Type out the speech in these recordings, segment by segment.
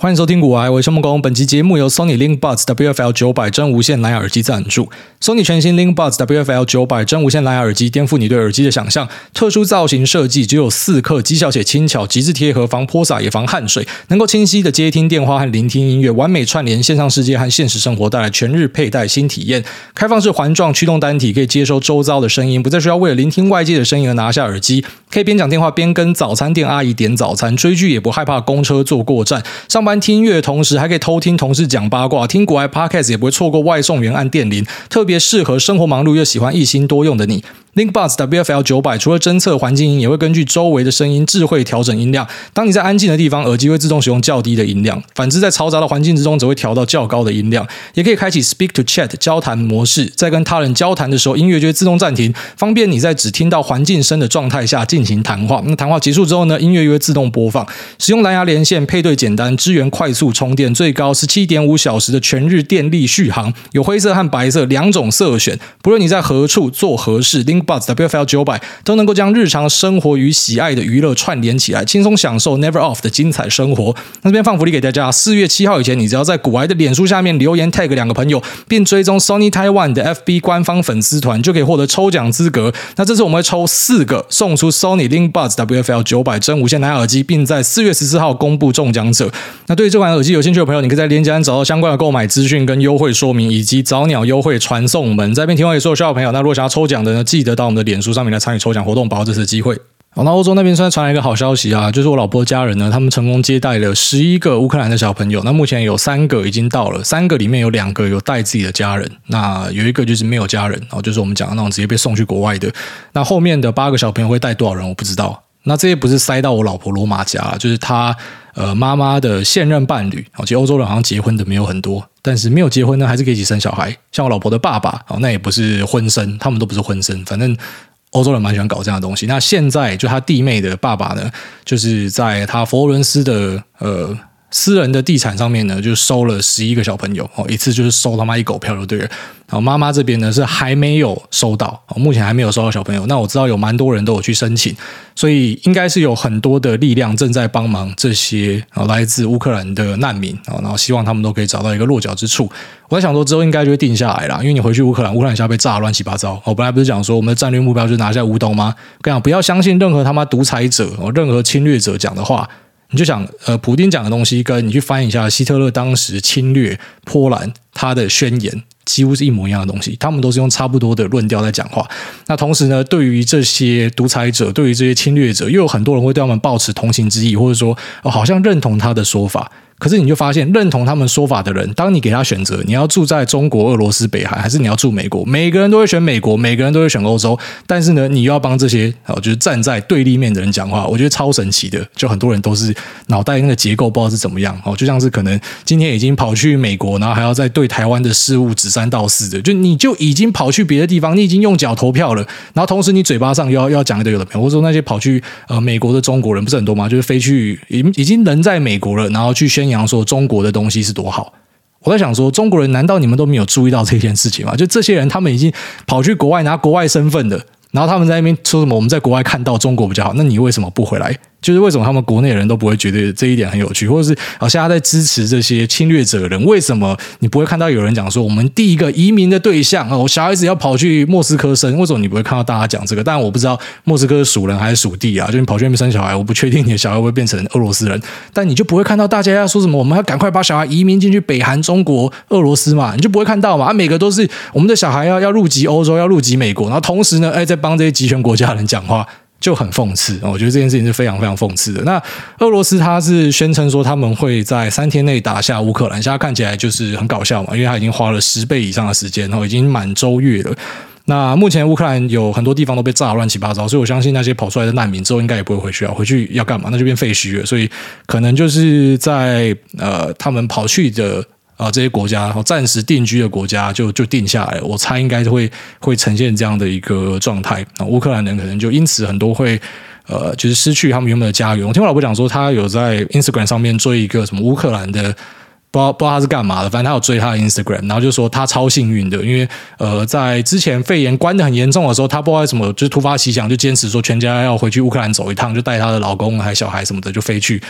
欢迎收听股癌，我是孟工。本期节目由 Sony LinkBuds WFL900 真无线蓝牙耳机赞助。Sony 全新 LinkBuds WFL900 真无线蓝牙耳机颠覆你对耳机的想象，特殊造型设计，只有4克，极小且轻巧，极致贴合，防泼洒也防汗水，能够清晰的接听电话和聆听音乐，完美串联线上世界和现实生活，带来全日佩戴新体验。开放式环状驱动单体，可以接收周遭的声音，不再需要为了聆听外界的声音而拿下耳机，可以边讲电话边跟早餐店阿姨点早餐，追剧也不害怕公车坐过站，上班听音乐的同时还可以偷听同事讲八卦，听国外 Podcast 也不会错过外送员按电铃，特别适合生活忙碌又喜欢一心多用的你。LinkBuds WFL900 除了侦测环境音，也会根据周围的声音智慧调整音量。当你在安静的地方，耳机会自动使用较低的音量；反之，在嘈杂的环境之中，则会调到较高的音量。也可以开启 Speak to Chat 交谈模式，在跟他人交谈的时候，音乐就会自动暂停，方便你在只听到环境声的状态下进行谈话。那谈话结束之后呢，音乐又会自动播放。使用蓝牙连线，配对简单，支援快速充电，最高 17.5 小时的全日电力续航，有灰色和白色两种色选。不论你在何处做何事， LinkBuds WFL900 都能够将日常生活与喜爱的娱乐串联起来，轻松享受 Never Off 的精彩生活。那这边放福利给大家，4月7号以前，你只要在股癌的脸书下面留言 tag 2个朋友，并追踪 Sony Taiwan 的 FB 官方粉丝团，就可以获得抽奖资格。那这次我们会抽4个，送出 Sony LinkBuds WFL900 真无线蓝牙耳机，并在4月14号公布中奖者。那对于这款耳机有兴趣的朋友，你可以在链接栏找到相关的购买资讯跟优惠说明，以及早鸟优惠传送门。在这边提供给所有需要的朋友，那如果想要抽奖的呢，记得到我们的脸书上面来参与抽奖活动，把握这次的机会。好，那欧洲那边现在传来一个好消息啊，就是我老婆的家人呢，他们成功接待了11个乌克兰的小朋友。那目前有3个已经到了，3个里面有2个有带自己的家人，那有1个就是没有家人，就是我们讲的那种直接被送去国外的。那后面的8个小朋友会带多少人我不知道。那这些不是塞到我老婆罗马家，就是她妈妈的现任伴侣。其实欧洲人好像结婚的没有很多，但是没有结婚呢还是可以一起生小孩。像我老婆的爸爸，那也不是婚生，他们都不是婚生，反正欧洲人蛮喜欢搞这样的东西。那现在就他弟妹的爸爸呢，就是在他佛罗伦斯的私人的地产上面呢，就收了11个小朋友，一次就是收他妈一狗票就对了。妈妈这边呢是还没有收到，目前还没有收到小朋友。那我知道有蛮多人都有去申请，所以应该是有很多的力量正在帮忙这些来自乌克兰的难民，然后希望他们都可以找到一个落脚之处。我在想说之后应该就会定下来啦，因为你回去乌克兰现在被炸乱七八糟。我本来不是讲说我们的战略目标就是拿下乌东吗？跟你讲，不要相信任何他妈独裁者任何侵略者讲的话。你就想普丁讲的东西跟你去翻译一下希特勒当时侵略波兰他的宣言几乎是一模一样的东西，他们都是用差不多的论调在讲话。那同时呢，对于这些独裁者，对于这些侵略者，又有很多人会对他们抱持同情之意，或者说好像认同他的说法。可是你就发现认同他们说法的人，当你给他选择你要住在中国、俄罗斯、北韩还是你要住美国，每个人都会选美国，每个人都会选欧洲，但是呢你又要帮这些就是站在对立面的人讲话，我觉得超神奇的。就很多人都是脑袋那个结构不知道是怎么样，就像是可能今天已经跑去美国，然后还要再对台湾的事务指三道四的，就你就已经跑去别的地方，你已经用脚投票了，然后同时你嘴巴上又要讲一堆有的没有，或者说那些跑去美国的中国人不是很多吗？就是飞去已经人在美国了，然后去宣扬说中国的东西是多好。我在想说，中国人难道你们都没有注意到这件事情吗？就这些人他们已经跑去国外拿国外身份的，然后他们在那边说什么我们在国外看到中国比较好，那你为什么不回来？就是为什么他们国内的人都不会觉得这一点很有趣，或者是现在在支持这些侵略者的人，为什么你不会看到有人讲说我们第一个移民的对象我小孩子要跑去莫斯科生？为什么你不会看到大家讲这个？当然我不知道莫斯科是属人还是属地啊，就你跑去那边生小孩，我不确定你的小孩会不会变成俄罗斯人，但你就不会看到大家要说什么我们要赶快把小孩移民进去北韩、中国、俄罗斯嘛，你就不会看到嘛。每个都是我们的小孩要入籍欧洲，要入籍美国，然后同时呢在帮这些集权国家的人讲话，就很讽刺。我觉得这件事情是非常非常讽刺的。那俄罗斯他是宣称说他们会在3天内打下乌克兰，现在看起来就是很搞笑嘛，因为他已经花了10倍以上的时间，已经满周月了。那目前乌克兰有很多地方都被炸乱七八糟，所以我相信那些跑出来的难民之后应该也不会回去啊，回去要干嘛？那就变废墟了。所以可能就是在他们跑去的这些国家暂时定居的国家就定下来了，我猜应该会呈现这样的一个状态。乌克兰人可能就因此很多会就是失去他们原本的家园。我听我老婆讲说，他有在 Instagram 上面追一个什么乌克兰的。不知道他是干嘛的，反正他有追他的 Instagram， 然后就说他超幸运的，因为在之前肺炎关得很严重的时候，他不知道为什么就是突发奇想，就坚持说全家要回去乌克兰走一趟，就带他的老公还小孩什么的就飞去。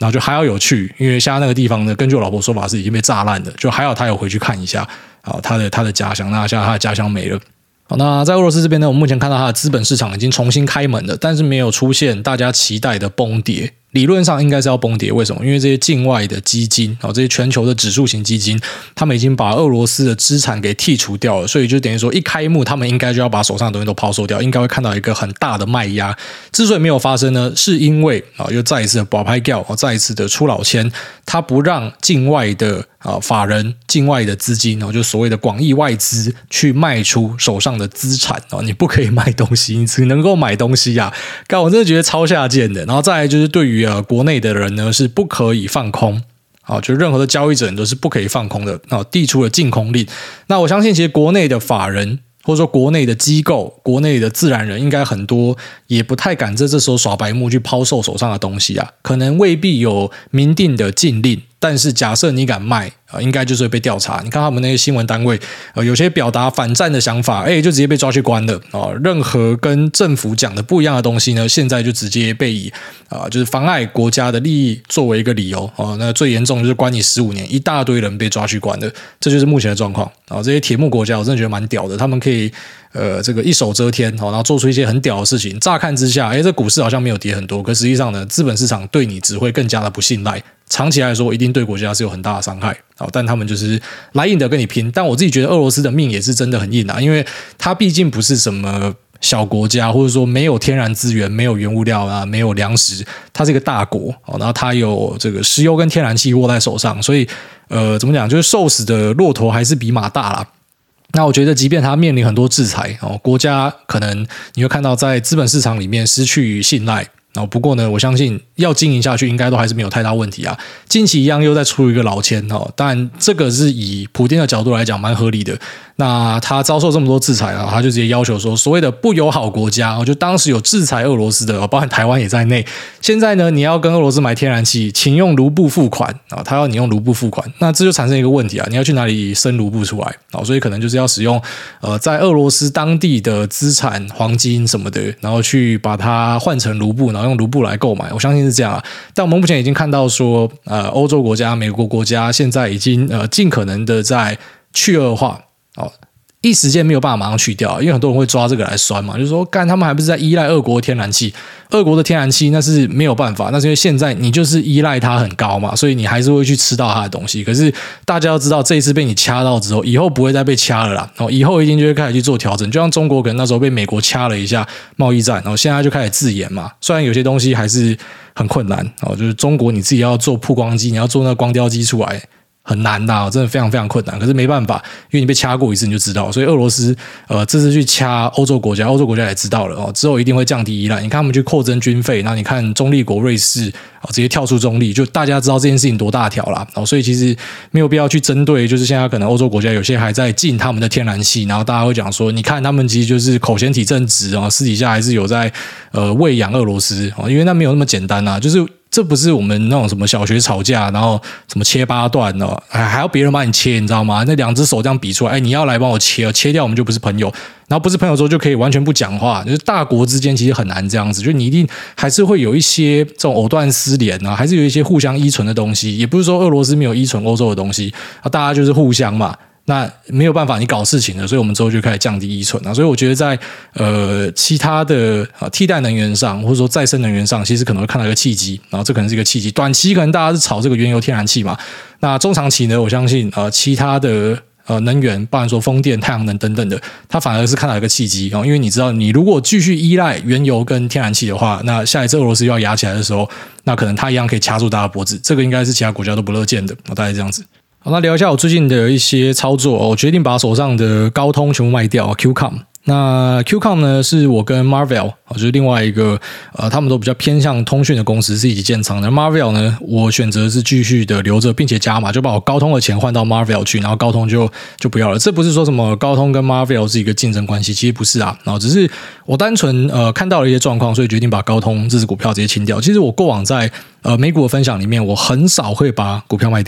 然后就还要有去，因为现在那个地方呢，根据我老婆说法是已经被炸烂的，就还好他有回去看一下啊，他的家乡，那现在他的家乡没了。好，那在俄罗斯这边呢，我们目前看到它的资本市场已经重新开门了，但是没有出现大家期待的崩跌。理论上应该是要崩跌，为什么？因为这些境外的基金，这些全球的指数型基金，他们已经把俄罗斯的资产给剔除掉了，所以就等于说一开幕，他们应该就要把手上的东西都抛售掉，应该会看到一个很大的卖压。之所以没有发生呢，是因为又再一次的保拍掉，再一次的出老千，他不让境外的法人、境外的资金，就所谓的广义外资去卖出手上的资产，你不可以卖东西，你只能够买东西啊！我真的觉得超下贱的。然后再来就是对于国内的人呢，是不可以放空。就任何的交易者都是不可以放空的，递出了禁空令。那我相信其实国内的法人或者说国内的机构、国内的自然人应该很多也不太敢在这时候耍白目去抛售手上的东西啊，可能未必有明定的禁令，但是假设你敢卖应该就是会被调查。你看他们那些新闻单位有些表达反战的想法就直接被抓去关了任何跟政府讲的不一样的东西呢，现在就直接被以就是妨碍国家的利益作为一个理由那最严重就是关你15年，一大堆人被抓去关了，这就是目前的状况这些铁幕国家我真的觉得蛮屌的，他们可以这个一手遮天然后做出一些很屌的事情。乍看之下这股市好像没有跌很多，可实际上呢，资本市场对你只会更加的不信赖，长期来说一定对国家是有很大的伤害但他们就是来硬的跟你拼。但我自己觉得俄罗斯的命也是真的很硬因为它毕竟不是什么小国家，或者说没有天然资源、没有原物料没有粮食，它是一个大国然后它有这个石油跟天然气握在手上，所以怎么讲，就是瘦死的骆驼还是比马大啦。那我觉得即便它面临很多制裁国家可能你会看到在资本市场里面失去信赖不过呢，我相信要经营下去应该都还是没有太大问题啊。近期一样又在出一个老千当然这个是以普丁的角度来讲蛮合理的。那他遭受这么多制裁他就直接要求说，所谓的不友好国家就当时有制裁俄罗斯的包含台湾也在内，现在呢你要跟俄罗斯买天然气，请用卢布付款他要你用卢布付款，那这就产生一个问题你要去哪里生卢布出来所以可能就是要使用在俄罗斯当地的资产黄金什么的，然后去把它换成卢布，然后用卢布来购买，我相信是这样但我们目前已经看到说欧洲国家、美国国家现在已经尽可能的在去俄化一时间没有办法马上去掉，因为很多人会抓这个来酸嘛，就是说干他们还不是在依赖俄国的天然气，俄国的天然气那是没有办法，那是因为现在你就是依赖它很高嘛，所以你还是会去吃到它的东西。可是大家要知道，这一次被你掐到之后，以后不会再被掐了啦以后一定就会开始去做调整，就像中国可能那时候被美国掐了一下贸易战现在就开始自研嘛，虽然有些东西还是很困难就是中国你自己要做曝光机，你要做那个光雕机出来很难的真的非常非常困难，可是没办法，因为你被掐过一次你就知道，所以俄罗斯这次去掐欧洲国家，欧洲国家也知道了之后一定会降低依赖。你看他们去扩增军费，然后你看中立国瑞士直接跳出中立，就大家知道这件事情多大条啦所以其实没有必要去针对，就是现在可能欧洲国家有些还在禁他们的天然气，然后大家会讲说，你看他们其实就是口嫌体正直私底下还是有在喂养俄罗斯因为那没有那么简单就是这不是我们那种什么小学吵架，然后什么切8段还要别人帮你切，你知道吗？那2只手这样比出来，你要来帮我切掉我们就不是朋友。然后不是朋友之后就可以完全不讲话，就是大国之间其实很难这样子，就你一定还是会有一些这种藕断丝连还是有一些互相依存的东西。也不是说俄罗斯没有依存欧洲的东西大家就是互相嘛。那没有办法你搞事情了，所以我们之后就开始降低依存所以我觉得在其他的替代能源上或者说再生能源上，其实可能会看到一个契机，然后这可能是一个契机。短期可能大家是炒这个原油天然气嘛，那中长期呢，我相信其他的能源，包含说风电、太阳能等等的，它反而是看到一个契机因为你知道，你如果继续依赖原油跟天然气的话，那下一次俄罗斯又要压起来的时候，那可能它一样可以掐住大家的脖子，这个应该是其他国家都不乐见的大概这样子。好，那聊一下我最近的一些操作我决定把手上的高通全部卖掉 QCOM。那 QCOM 呢，是我跟 Marvell 就是另外一个他们都比较偏向通讯的公司是一起建仓的。Marvell 呢，我选择是继续的留着，并且加码，就把我高通的钱换到 Marvell 去，然后高通就不要了。这不是说什么高通跟 Marvell 是一个竞争关系，其实不是然后只是我单纯看到了一些状况，所以决定把高通这只股票直接清掉。其实我过往在美股的分享里面，我很少会把股票卖掉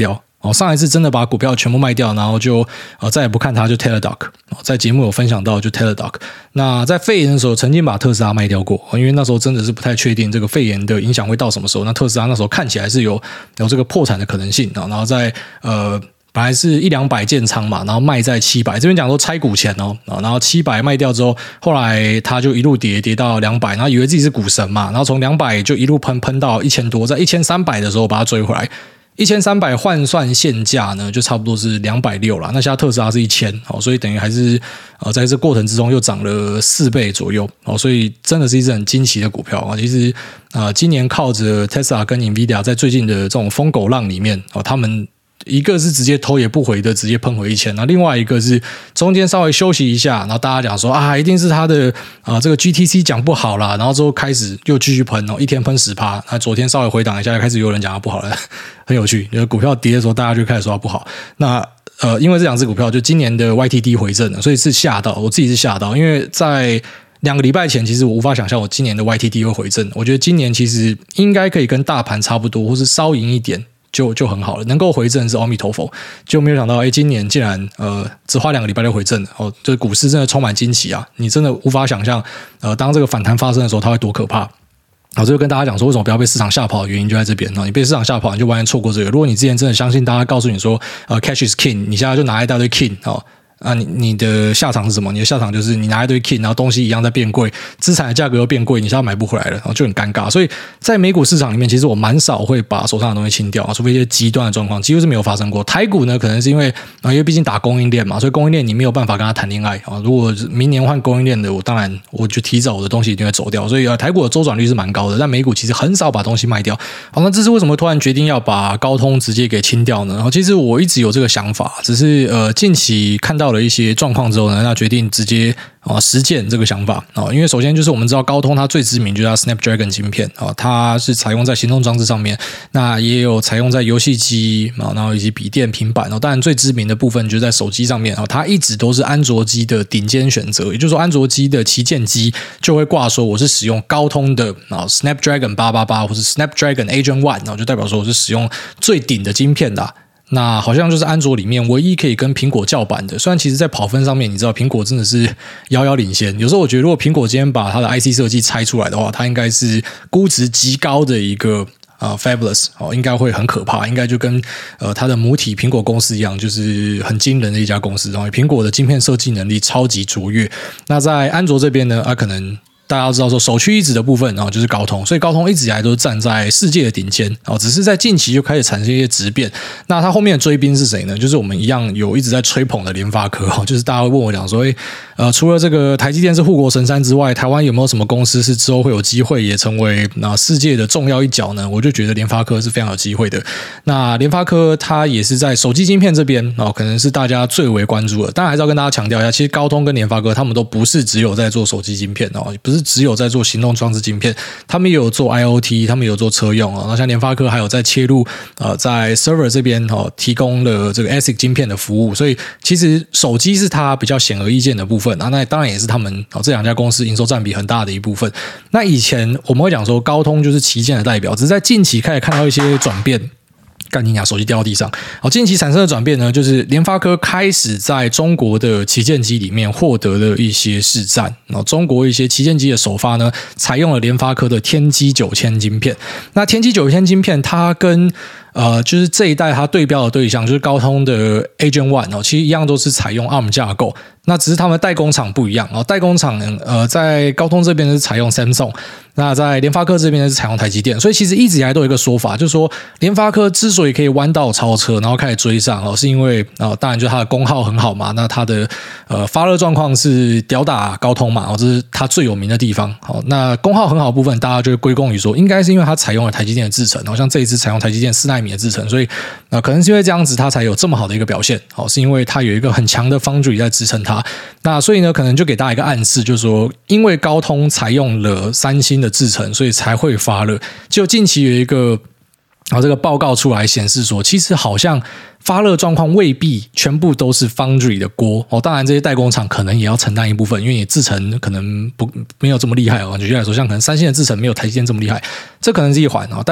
上一次真的把股票全部卖掉，然后就再也不看它，就 Teladoc，在节目有分享到就 Teladoc。那在肺炎的时候曾经把特斯拉卖掉过，因为那时候真的是不太确定这个肺炎的影响会到什么时候。那特斯拉那时候看起来是有这个破产的可能性，然后在本来是100-200建仓嘛，然后卖在700，这边讲说拆股前然后700卖掉之后，后来它就一路跌到200，然后以为自己是股神嘛，然后从200就一路喷到1000多，在1300的时候把它追回来。1300换算现价呢，就差不多是260啦。那现在特斯拉是1000，所以等于还是在这过程之中又涨了4倍左右，所以真的是一只很惊奇的股票。其实今年靠着 Tesla 跟 Nvidia 在最近的这种疯狗浪里面，他们一个是直接头也不回的直接喷回1000，那另外一个是中间稍微休息一下，然后大家讲说一定是他的这个 GTC 讲不好啦，然后之后开始又继续喷一天喷 10%， 那昨天稍微回档一下，开始有人讲它不好了，很有趣，因为股票跌的时候大家就开始说它不好。那因为这两只股票就今年的 YTD 回正了，所以是吓到，我自己是吓到，因为在2个礼拜前其实我无法想象我今年的 YTD 会回正，我觉得今年其实应该可以跟大盘差不多，或是稍赢一点就很好了，能够回正是阿弥陀佛，就没有想到今年竟然只花2个礼拜就回正了这股市真的充满惊奇啊！你真的无法想象当这个反弹发生的时候它会多可怕。这就跟大家讲说为什么不要被市场吓跑的原因就在这边你被市场吓跑你就完全错过这个。如果你之前真的相信大家告诉你说cash is king， 你现在就拿一大堆 king你的下场是什么？你的下场就是你拿一堆 king， 然后东西一样在变贵，资产的价格又变贵，你现在买不回来了，然后就很尴尬。所以在美股市场里面，其实我蛮少会把手上的东西清掉除非一些极端的状况，几乎是没有发生过。台股呢，可能是因为毕竟打供应链嘛，所以供应链你没有办法跟他谈恋爱如果明年换供应链的，当然我就提早我的东西一定会走掉。所以台股的周转率是蛮高的，但美股其实很少把东西卖掉。那这是为什么突然决定要把高通直接给清掉呢？其实我一直有这个想法，只是近期看到了一些状况之后呢，那决定直接实践这个想法因为首先就是我们知道高通它最知名就是它 Snapdragon 晶片它是采用在行动装置上面，那也有采用在游戏机然后以及笔电平板当然最知名的部分就是在手机上面它一直都是安卓机的顶尖选择，也就是说安卓机的旗舰机就会挂说我是使用高通的Snapdragon 888或是 Snapdragon Agent One 就代表说我是使用最顶的晶片的那好像就是安卓里面唯一可以跟苹果叫板的，虽然其实在跑分上面你知道苹果真的是遥遥领先，有时候我觉得如果苹果今天把它的 IC 设计拆出来的话，它应该是估值极高的一个Fabulous 应该会很可怕，应该就跟它的母体苹果公司一样，就是很惊人的一家公司苹果的晶片设计能力超级卓越。那在安卓这边呢可能大家要知道说首屈一指的部分就是高通，所以高通一直以来都是站在世界的顶尖只是在近期就开始产生一些质变。那它后面的追兵是谁呢？就是我们一样有一直在吹捧的联发科就是大家会问我讲说除了这个台积电是护国神山之外，台湾有没有什么公司是之后会有机会也成为世界的重要一角呢？我就觉得联发科是非常有机会的。那联发科它也是在手机晶片这边可能是大家最为关注的。当然还是要跟大家强调一下，其实高通跟联发科他们都不是只有在做手机晶片不是只有在做行动装置晶片，他们也有做 IoT， 他们也有做车用那像联发科还有在切入在 server 这边提供了这个 ASIC 晶片的服务，所以其实手机是它比较显而易见的部分那当然也是他们这两家公司营收占比很大的一部分。那以前我们会讲说高通就是旗舰的代表，只是在近期开始看到一些转变。干你娘，手机掉到地上近期产生的转变呢，就是联发科开始在中国的旗舰机里面获得了一些市占中国一些旗舰机的首发呢，采用了联发科的天玑9000晶片。那天玑9000晶片它跟就是这一代它对标的对象就是高通的 Agent One 其实一样都是采用 ARM 架构，那只是他们代工厂不一样代工厂在高通这边是采用 Samsung， 那在联发科这边是采用台积电。所以其实一直以来都有一个说法，就是说联发科之所以可以弯道超车然后开始追上是因为当然就它的功耗很好嘛，那它的发热状况是吊打高通嘛这是它最有名的地方那功耗很好的部分大家就会归功于说应该是因为它采用了台积电的制程像这一次采用台积电4奈米的制程，所以可能是因为这样子它才有这么好的一个表现是因为它有一个很强的 foundry 在支撑它。那所以呢可能就给大家一个暗示，就是说因为高通采用了三星的制程，所以才会发热。就近期有一个这个报告出来显示说，其实好像发热状况未必全部都是 Foundry 的锅当然这些代工厂可能也要承担一部分，因为你制程可能没有这么厉害举例来说，像可能三星的制程没有台积电这么厉害，这可能是一环但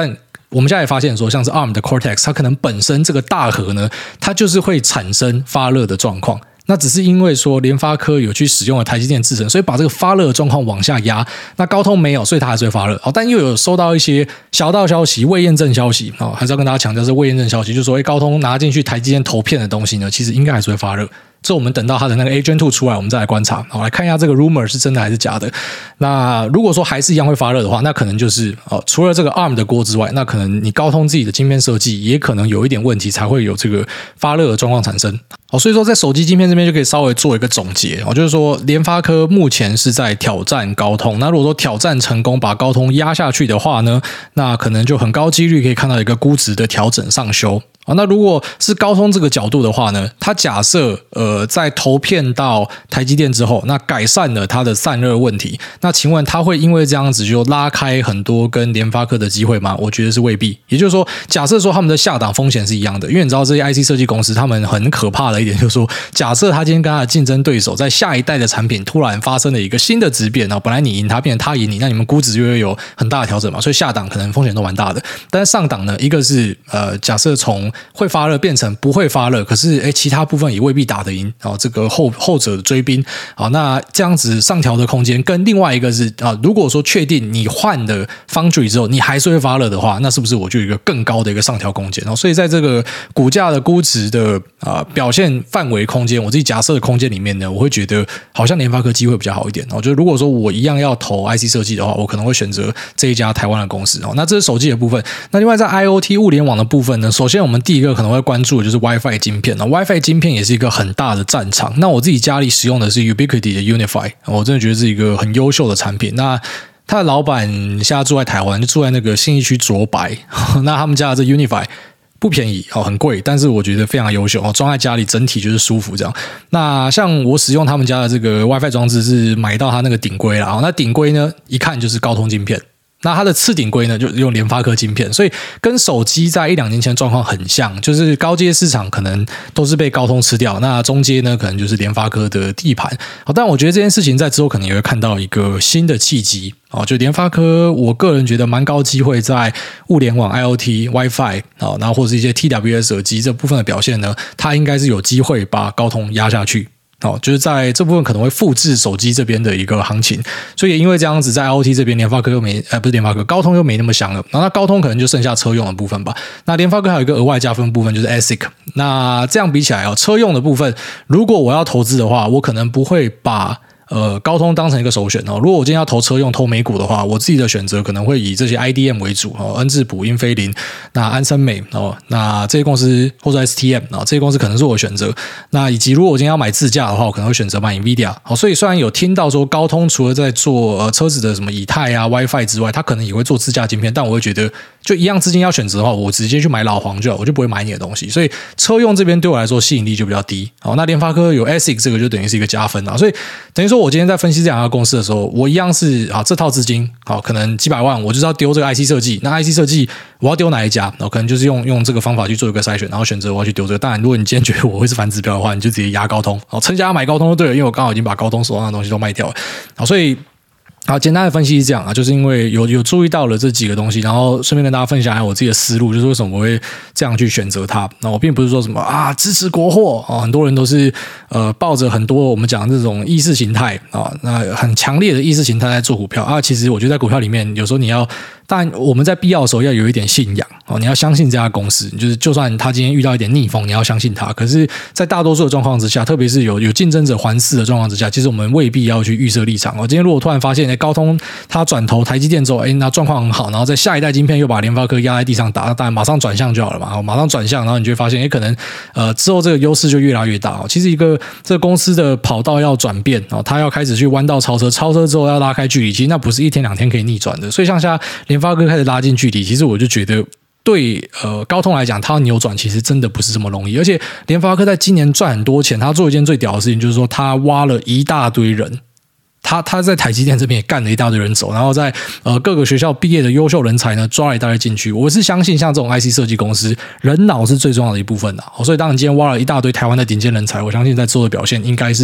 我们现在也发现说，像是 ARM 的 Cortex， 它可能本身这个大核呢，它就是会产生发热的状况。那只是因为说联发科有去使用了台积电制程，所以把这个发热的状况往下压。那高通没有，所以它还是会发热。但又有收到一些小道消息、未验证消息，还是要跟大家强调是未验证消息，就是说高通拿进去台积电投片的东西呢，其实应该还是会发热。这我们等到它的那个 A Gen 2出来，我们再来观察，来看一下这个 rumor 是真的还是假的。那如果说还是一样会发热的话，那可能就是除了这个 ARM 的锅之外，那可能你高通自己的晶片设计也可能有一点问题，才会有这个发热的状况产生。所以说在手机晶片这边就可以稍微做一个总结，就是说联发科目前是在挑战高通。那如果说挑战成功，把高通压下去的话呢，那可能就很高几率可以看到一个估值的调整上修。那如果是高通这个角度的话呢，它假设在投片到台积电之后，那改善了它的散热问题，那请问它会因为这样子就拉开很多跟联发科的机会吗？我觉得是未必。也就是说，假设说他们的下档风险是一样的，因为你知道这些 IC 设计公司他们很可怕的一点就是说，假设他今天跟他的竞争对手在下一代的产品突然发生了一个新的质变，本来你赢他变成他赢你，那你们估值就会有很大的调整嘛，所以下档可能风险都蛮大的。但是上档呢，一个是假设从会发热变成不会发热，可是其他部分也未必打得赢这个后者的追兵。那这样子上调的空间跟另外一个是如果说确定你换的 Foundry 之后你还是会发热的话，那是不是我就有一个更高的一个上调空间？所以在这个股价的估值的表现范围空间，我自己假设的空间里面呢，我会觉得好像联发科机会比较好一点。就如果说我一样要投 IC 设计的话，我可能会选择这一家台湾的公司。那这是手机的部分。那另外在 IoT 物联网的部分呢，首先我们第一个可能会关注的就是 WiFi 晶片。WiFi 晶片也是一个很大的战场。那我自己家里使用的是 Ubiquiti 的 Unify， 我真的觉得是一个很优秀的产品。那他的老板现在住在台湾，就住在那个信义区卓白。那他们家的这 Unify不便宜很贵，但是我觉得非常优秀装在家里整体就是舒服这样。那像我使用他们家的这个 WiFi 装置是买到它那个顶规啦，那顶规呢一看就是高通晶片。那它的次顶规呢，就用联发科晶片，所以跟手机在1-2年前状况很像，就是高阶市场可能都是被高通吃掉，那中阶呢可能就是联发科的地盘。但我觉得这件事情在之后可能也会看到一个新的契机。就联发科，我个人觉得蛮高机会在物联网 IoT、WiFi 然后或者是一些 TWS 耳机这部分的表现呢，它应该是有机会把高通压下去。就是在这部分可能会复制手机这边的一个行情，所以也因为这样子，在 IoT 这边联发科又不是联发科，高通又没那么强了。然后那高通可能就剩下车用的部分吧。那联发科还有一个额外加分部分就是 ASIC。那这样比起来车用的部分，如果我要投资的话，我可能不会把高通当成一个首选如果我今天要投车用投美股的话，我自己的选择可能会以这些 IDM 为主恩智浦、英飞凌、那安森美那这些公司或者 STM 这些公司可能是我的选择。那以及如果我今天要买自驾的话，我可能会选择买 NVIDIA。所以虽然有听到说高通除了在做车子的什么以太啊 WiFi 之外，它可能也会做自驾晶片，但我会觉得就一样资金要选择的话，我直接去买老黄就好，我就不会买你的东西。所以车用这边对我来说吸引力就比较低。那联发科有 ASIC 这个就等于是一个加分所以等于说我今天在分析这两家公司的时候，我一样是这套资金可能几百万，我就是要丢这个 IC 设计。那 IC 设计我要丢哪一家？可能就是用这个方法去做一个筛选，然后选择我要去丢这个。当然，如果你今天觉得我会是反指标的话，你就直接压高通，趁家买高通就对了，因为我刚好已经把高通手上的东西都卖掉了。所以简单的分析是这样就是因为有注意到了这几个东西，然后顺便跟大家分享一下我自己的思路，就是为什么我会这样去选择它。那我并不是说什么支持国货很多人都是抱着很多我们讲这种意识形态那很强烈的意识形态在做股票其实我觉得在股票里面有时候你要，当然我们在必要的时候要有一点信仰你要相信这家公司，就是就算他今天遇到一点逆风，你要相信他。可是在大多数的状况之下，特别是有竞争者环视的状况之下，其实我们未必要去预设立场今天如果突然发现高通他转投台积电之后那状况很好，然后在下一代晶片又把联发科压在地上打，当然马上转向就好了嘛马上转向，然后你就会发现可能之后这个优势就越来越大其实一个这个公司的跑道要转变它要开始去弯道超车之后要拉开距离，其实那不是1天2天可以逆转的。所以像现在联发科开始拉近距离，其实我就觉得对高通来讲，它要扭转其实真的不是这么容易。而且联发科在今年赚很多钱，他做一件最屌的事情就是说他挖了一大堆人，他在台积电这边也干了一大堆人走，然后在各个学校毕业的优秀人才呢抓了一大堆进去。我是相信像这种 IC 设计公司，人脑是最重要的一部分所以当你今天挖了一大堆台湾的顶尖人才，我相信在之后的表现应该是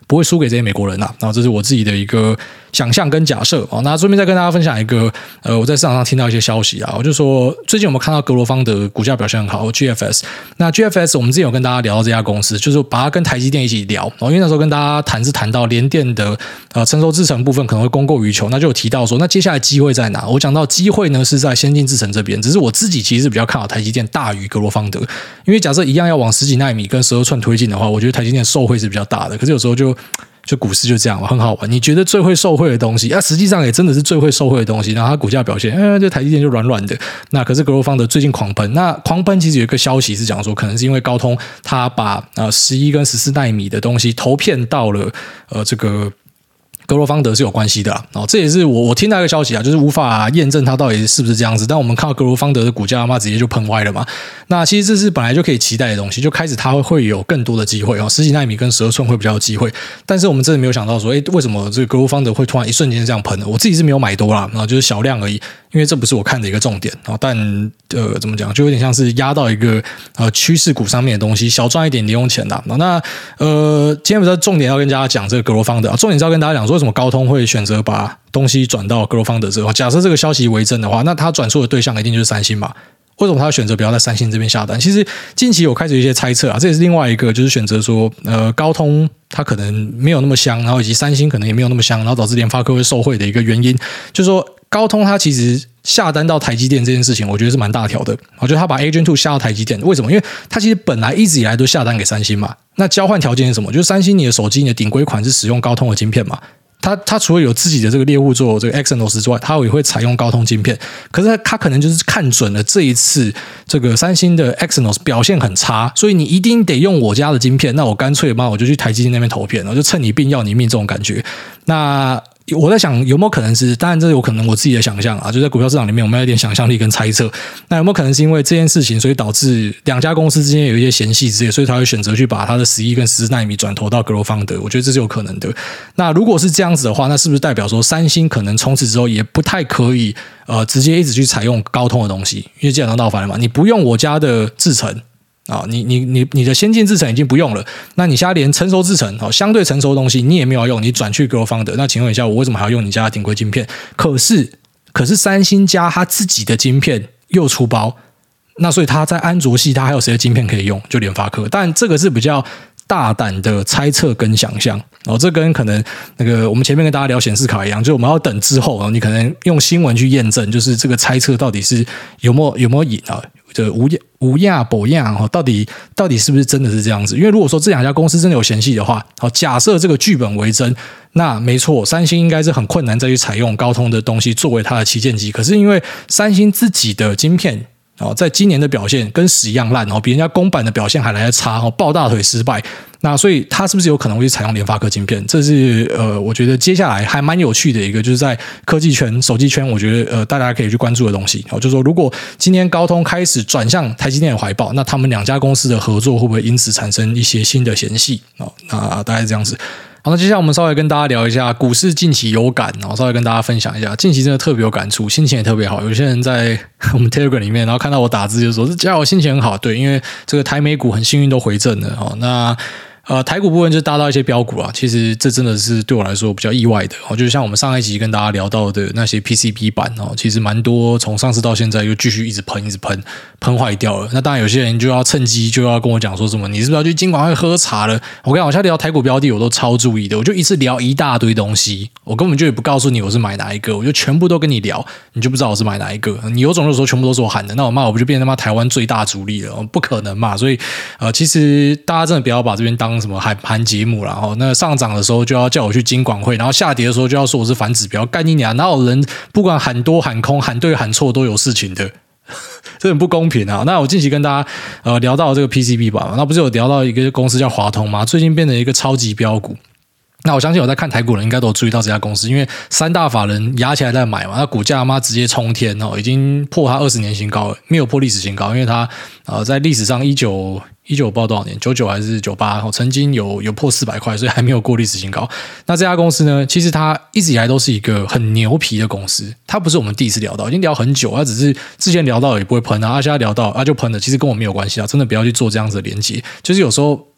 不会输给这些美国人然后这是我自己的一个想象跟假设那顺便再跟大家分享一个我在市场上听到一些消息我就说最近我们看到格罗方德股价表现很好 GFS 那 GFS 我们之前有跟大家聊到这家公司，就是把它跟台积电一起聊因为那时候跟大家谈到联电的成熟制程部分可能会供过于求，那就有提到说那接下来机会在哪？我讲到机会呢是在先进制程这边，只是我自己其实是比较看好台积电大于格罗方德，因为假设一样要往10几奈米跟12寸推进的话，我觉得台积电受惠是比较大的，可是有时候就股市就这样很好玩，你觉得最会受惠的东西实际上也真的是最会受惠的东西，然后它股价表现这台积电就软软的，那可是格罗方德最近狂奔，那狂奔其实有一个消息是讲说可能是因为高通它把11跟14奈米的东西投片到了这个格罗方德是有关系的这也是我听到一个消息就是无法验证它到底是不是这样子，但我们看到格罗方德的股价直接就喷歪了嘛，那其实这是本来就可以期待的东西，就开始它会有更多的机会10几奈米跟12寸会比较有机会，但是我们真的没有想到说为什么这个格罗方德会突然一瞬间这样喷呢？我自己是没有买多啦就是小量而已，因为这不是我看的一个重点但怎么讲就有点像是压到一个趋势股上面的东西，小赚一点零用钱啦那今天不是重点要跟大家讲这个格罗方德重点是要跟大家讲说为什么高通会选择把东西转到格罗方德之后，假设这个消息为真的话，那他转出的对象一定就是三星嘛，为什么他选择不要在三星这边下单？其实近期有开始有一些猜测这也是另外一个就是选择说高通它可能没有那么香，然后以及三星可能也没有那么香，然后导致联发科会受惠的一个原因，就是说高通它其实下单到台积电这件事情我觉得是蛮大条的，我觉得他把 Agent 2下到台积电，为什么？因为他其实本来一直以来都下单给三星嘛，那交换条件是什么？就是三星你的手机你的顶规款是使用高通的晶片嘛，它除了有自己的这个猎户座这个 Exynos 之外，它也会采用高通晶片，可是它可能就是看准了这一次这个三星的 Exynos 表现很差，所以你一定得用我家的晶片，那我干脆我就去台积电那边投片，就趁你病要你命这种感觉。那我在想有没有可能是，当然这有可能我自己的想象就在股票市场里面我们要有点想象力跟猜测，那有没有可能是因为这件事情所以导致两家公司之间有一些嫌隙之类，所以他会选择去把他的11跟14奈米转投到格罗方德，我觉得这是有可能的。那如果是这样子的话，那是不是代表说三星可能从此之后也不太可以直接一直去采用高通的东西，因为既然都闹翻了嘛，你不用我家的制程你的先进制程已经不用了，那你现在连成熟制程相对成熟的东西你也没有要用，你转去格罗方德，那请问一下我为什么还要用你家的顶规晶片？可是三星家他自己的晶片又出包，那所以他在安卓系他还有谁的晶片可以用？就联发科，但这个是比较大胆的猜测跟想象这跟可能那个我们前面跟大家聊显示卡一样，就我们要等之后你可能用新闻去验证，就是这个猜测到底是有没有赢这无亚不亚到底是不是真的是这样子？因为如果说这两家公司真的有嫌隙的话假设这个剧本为真，那没错，三星应该是很困难再去采用高通的东西作为它的旗舰机，可是因为三星自己的晶片在今年的表现跟屎一样烂比人家公版的表现还来得差抱大腿失败，那所以它是不是有可能会去采用联发科晶片？这是我觉得接下来还蛮有趣的一个，就是在科技圈手机圈我觉得大家可以去关注的东西就是说如果今天高通开始转向台积电的怀抱，那他们两家公司的合作会不会因此产生一些新的嫌隙那大概是这样子。好，那接下来我们稍微跟大家聊一下股市近期有感，然后稍微跟大家分享一下，近期真的特别有感触，心情也特别好。有些人在我们 Telegram 里面，然后看到我打字就说：“这家伙心情很好。”对，因为这个台美股很幸运都回正了那台股部分就是搭到一些标股其实这真的是对我来说比较意外的就是像我们上一集跟大家聊到的那些 PCB 板其实蛮多从上市到现在又继续一直喷坏掉了。那当然有些人就要趁机就要跟我讲说什么你是不是要去金管会喝茶了？我跟你讲，我现在聊台股标的我都超注意的，我就一次聊一大堆东西，我根本就也不告诉你我是买哪一个，我就全部都跟你聊，你就不知道我是买哪一个。你有种的时候全部都是我喊的，那我不就变成他妈台湾最大主力了？不可能嘛！所以其实大家真的不要把这边当什么盘节目啦那上涨的时候就要叫我去金管会，然后下跌的时候就要说我是反指标，干你娘！哪有人不管喊多喊空喊对喊错都有事情的？这很不公平那我近期跟大家聊到这个 PCB 吧，那不是有聊到一个公司叫华通吗？最近变成一个超级标股。那我相信有在看台股的人应该都有注意到这家公司，因为三大法人压起来在买嘛，那股价直接冲天已经破它20年新高了，没有破历史新高，因为它在历史上19不知道多少年，99还是98曾经有破400块，所以还没有过历史新高。那这家公司呢，其实它一直以来都是一个很牛皮的公司，它不是我们第一次聊到，已经聊很久，它只是之前聊到也不会喷现在聊到就喷了，其实跟我没有关系真的不要去做这样子的连结，就是有时候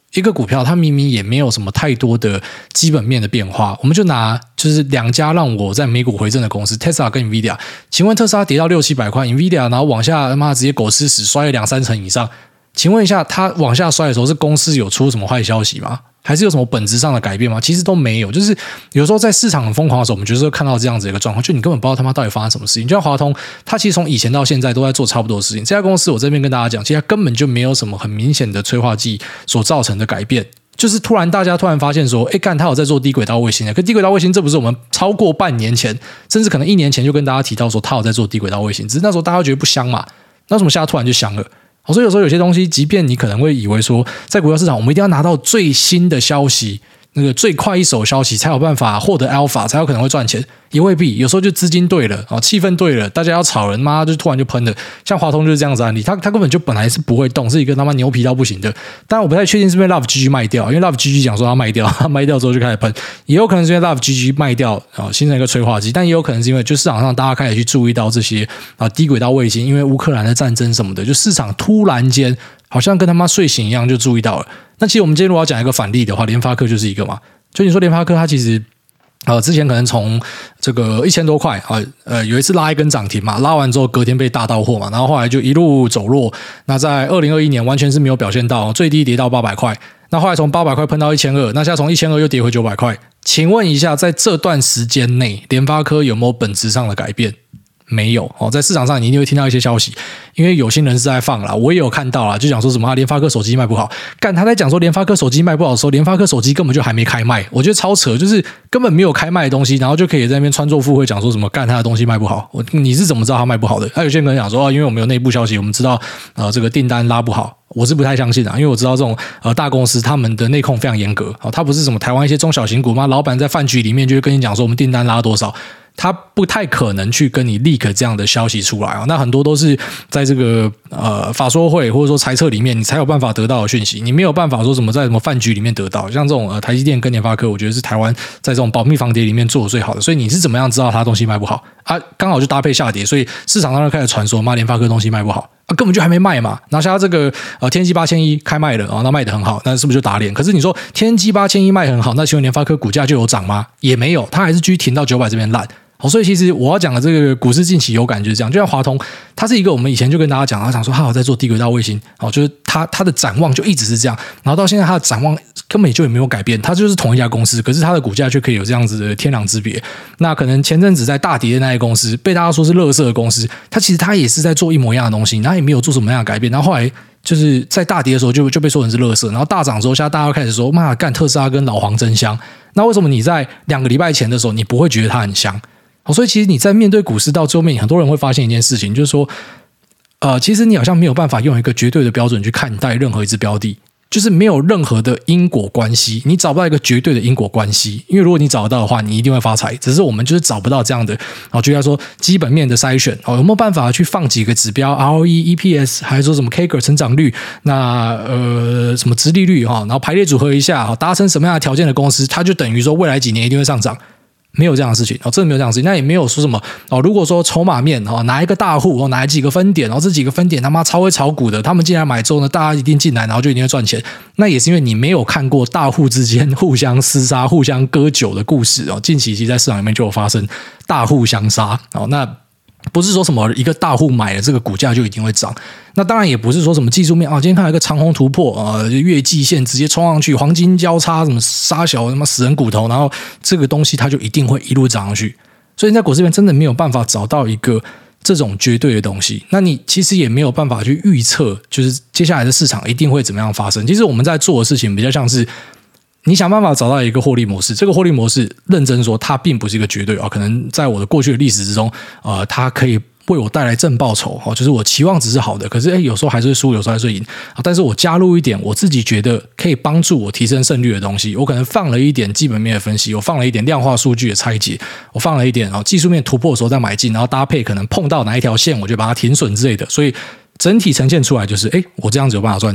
一个股票它明明也没有什么太多的基本面的变化，我们就拿就是两家让我在美股回正的公司 Tesla 跟 Nvidia， 请问特斯拉跌到600-700块 Nvidia 然后往下他妈直接狗吃屎摔了2-3成以上，请问一下它往下摔的时候是公司有出什么坏消息吗？还是有什么本质上的改变吗？其实都没有，就是有时候在市场很疯狂的时候，我们就是会看到这样子的一个状况，就你根本不知道他妈到底发生什么事情。就像华通，它其实从以前到现在都在做差不多的事情。这家公司我这边跟大家讲，其实它根本就没有什么很明显的催化剂所造成的改变。就是大家突然发现说，哎，干，他有在做低轨道卫星的，可低轨道卫星这不是我们超过半年前，甚至可能1年前就跟大家提到说他有在做低轨道卫星，只是那时候大家觉得不香嘛，那为什么现在突然就香了？所以有时候有些东西，即便你可能会以为说，在股票市场我们一定要拿到最新的消息，那个最快一手消息才有办法获得 alpha， 才有可能会赚钱，也未必。有时候就资金对了，气氛对了，大家要炒人，妈就突然就喷了。像华通就是这样子案例，他根本就本来是不会动，是一个他妈牛皮到不行的。当然我不太确定是不是 Love GG 卖掉，因为 Love GG 讲说他卖掉，他卖掉之后就开始喷，也有可能是因为 Love GG 卖掉，形成一个催化剂，但也有可能是因为就市场上大家开始去注意到这些低轨道卫星，因为乌克兰的战争什么的，就市场突然间好像跟他妈睡醒一样就注意到了。那其实我们今天如果要讲一个反例的话，联发科就是一个嘛。就你说联发科它其实之前可能从这个1000多块有一次拉一根涨停嘛，拉完之后隔天被大到货嘛，然后后来就一路走弱。那在2021年完全是没有表现到，最低跌到800块，那后来从800块喷到1200，那现在从1200又跌回900块。请问一下，在这段时间内，联发科有没有本质上的改变？没有在市场上你一定会听到一些消息，因为有心人士在放啦，我也有看到啦，就讲说什么联发科手机卖不好，干他在讲说联发科手机卖不好的时候，联发科手机根本就还没开卖，我觉得超扯，就是根本没有开卖的东西，然后就可以在那边穿作附会讲说什么干他的东西卖不好，你是怎么知道他卖不好的？有些人讲说因为我们有内部消息，我们知道这个订单拉不好。我是不太相信因为我知道这种大公司他们的内控非常严格他不是什么台湾一些中小型股嘛，老板在饭局里面就会跟你讲说我们订单拉多少，他不太可能去跟你 leak 这样的消息出来那很多都是在这个法说会或者说财测里面你才有办法得到的讯息，你没有办法说什么在什么饭局里面得到，像这种台积电跟联发科，我觉得是台湾在这种保密防谍里面做的最好的，所以你是怎么样知道他东西卖不好刚好就搭配下跌，所以市场上开始传说妈联发科东西卖不好根本就还没卖嘛，然后像他这个天玑8100开卖了那卖得很好，那是不是就打脸？可是你说天玑8100卖很好，那请问联发科股价就有涨吗？也没有，它还是继续停到900这边烂。所以其实我要讲的这个股市近期有感就是这样，就像华通，它是一个我们以前就跟大家讲，他讲说他有在做低轨道卫星就是他的展望就一直是这样，然后到现在他的展望根本就也没有改变，它就是同一家公司，可是它的股价却可以有这样子的天壤之别。那可能前阵子在大跌的那些公司被大家说是垃圾的公司，它其实它也是在做一模一样的东西，它也没有做什么样的改变，然后后来就是在大跌的时候就被说成是垃圾，然后大涨之后现在大家开始说妈干特斯拉跟老黄真香，那为什么你在2个礼拜前的时候你不会觉得它很香？所以其实你在面对股市到最后面，很多人会发现一件事情，就是说其实你好像没有办法用一个绝对的标准去看待任何一只标的，就是没有任何的因果关系，你找不到一个绝对的因果关系，因为如果你找得到的话你一定会发财，只是我们就是找不到这样的就要说基本面的筛选有没有办法去放几个指标 ROE EPS 还是说什么 CAGR 成长率，那什么殖利率然后排列组合一下达成什么样的条件的公司，它就等于说未来几年一定会上涨，没有这样的事情真的没有这样的事情。那也没有说什么如果说筹码面哪一个大户哪几个分点这几个分点他妈超会炒股的，他们进来买之后呢，大家一定进来然后就一定会赚钱，那也是因为你没有看过大户之间互相厮杀互相割韭的故事近期其实在市场里面就有发生大户相杀那不是说什么一个大户买了这个股价就一定会涨，那当然也不是说什么技术面今天看到一个长红突破月季线直接冲上去，黄金交叉什么杀小什么死人骨头，然后这个东西它就一定会一路涨上去，所以在股市里面真的没有办法找到一个这种绝对的东西，那你其实也没有办法去预测就是接下来的市场一定会怎么样发生。其实我们在做的事情比较像是你想办法找到一个获利模式，这个获利模式认真说它并不是一个绝对可能在我的过去的历史之中它可以为我带来正报酬就是我期望值是好的，可是有时候还是会输，有时候还是会赢但是我加入一点我自己觉得可以帮助我提升胜率的东西，我可能放了一点基本面的分析，我放了一点量化数据的拆解，我放了一点技术面突破的时候再买进，然后搭配可能碰到哪一条线我就把它停损之类的，所以整体呈现出来就是我这样子有办法赚钱，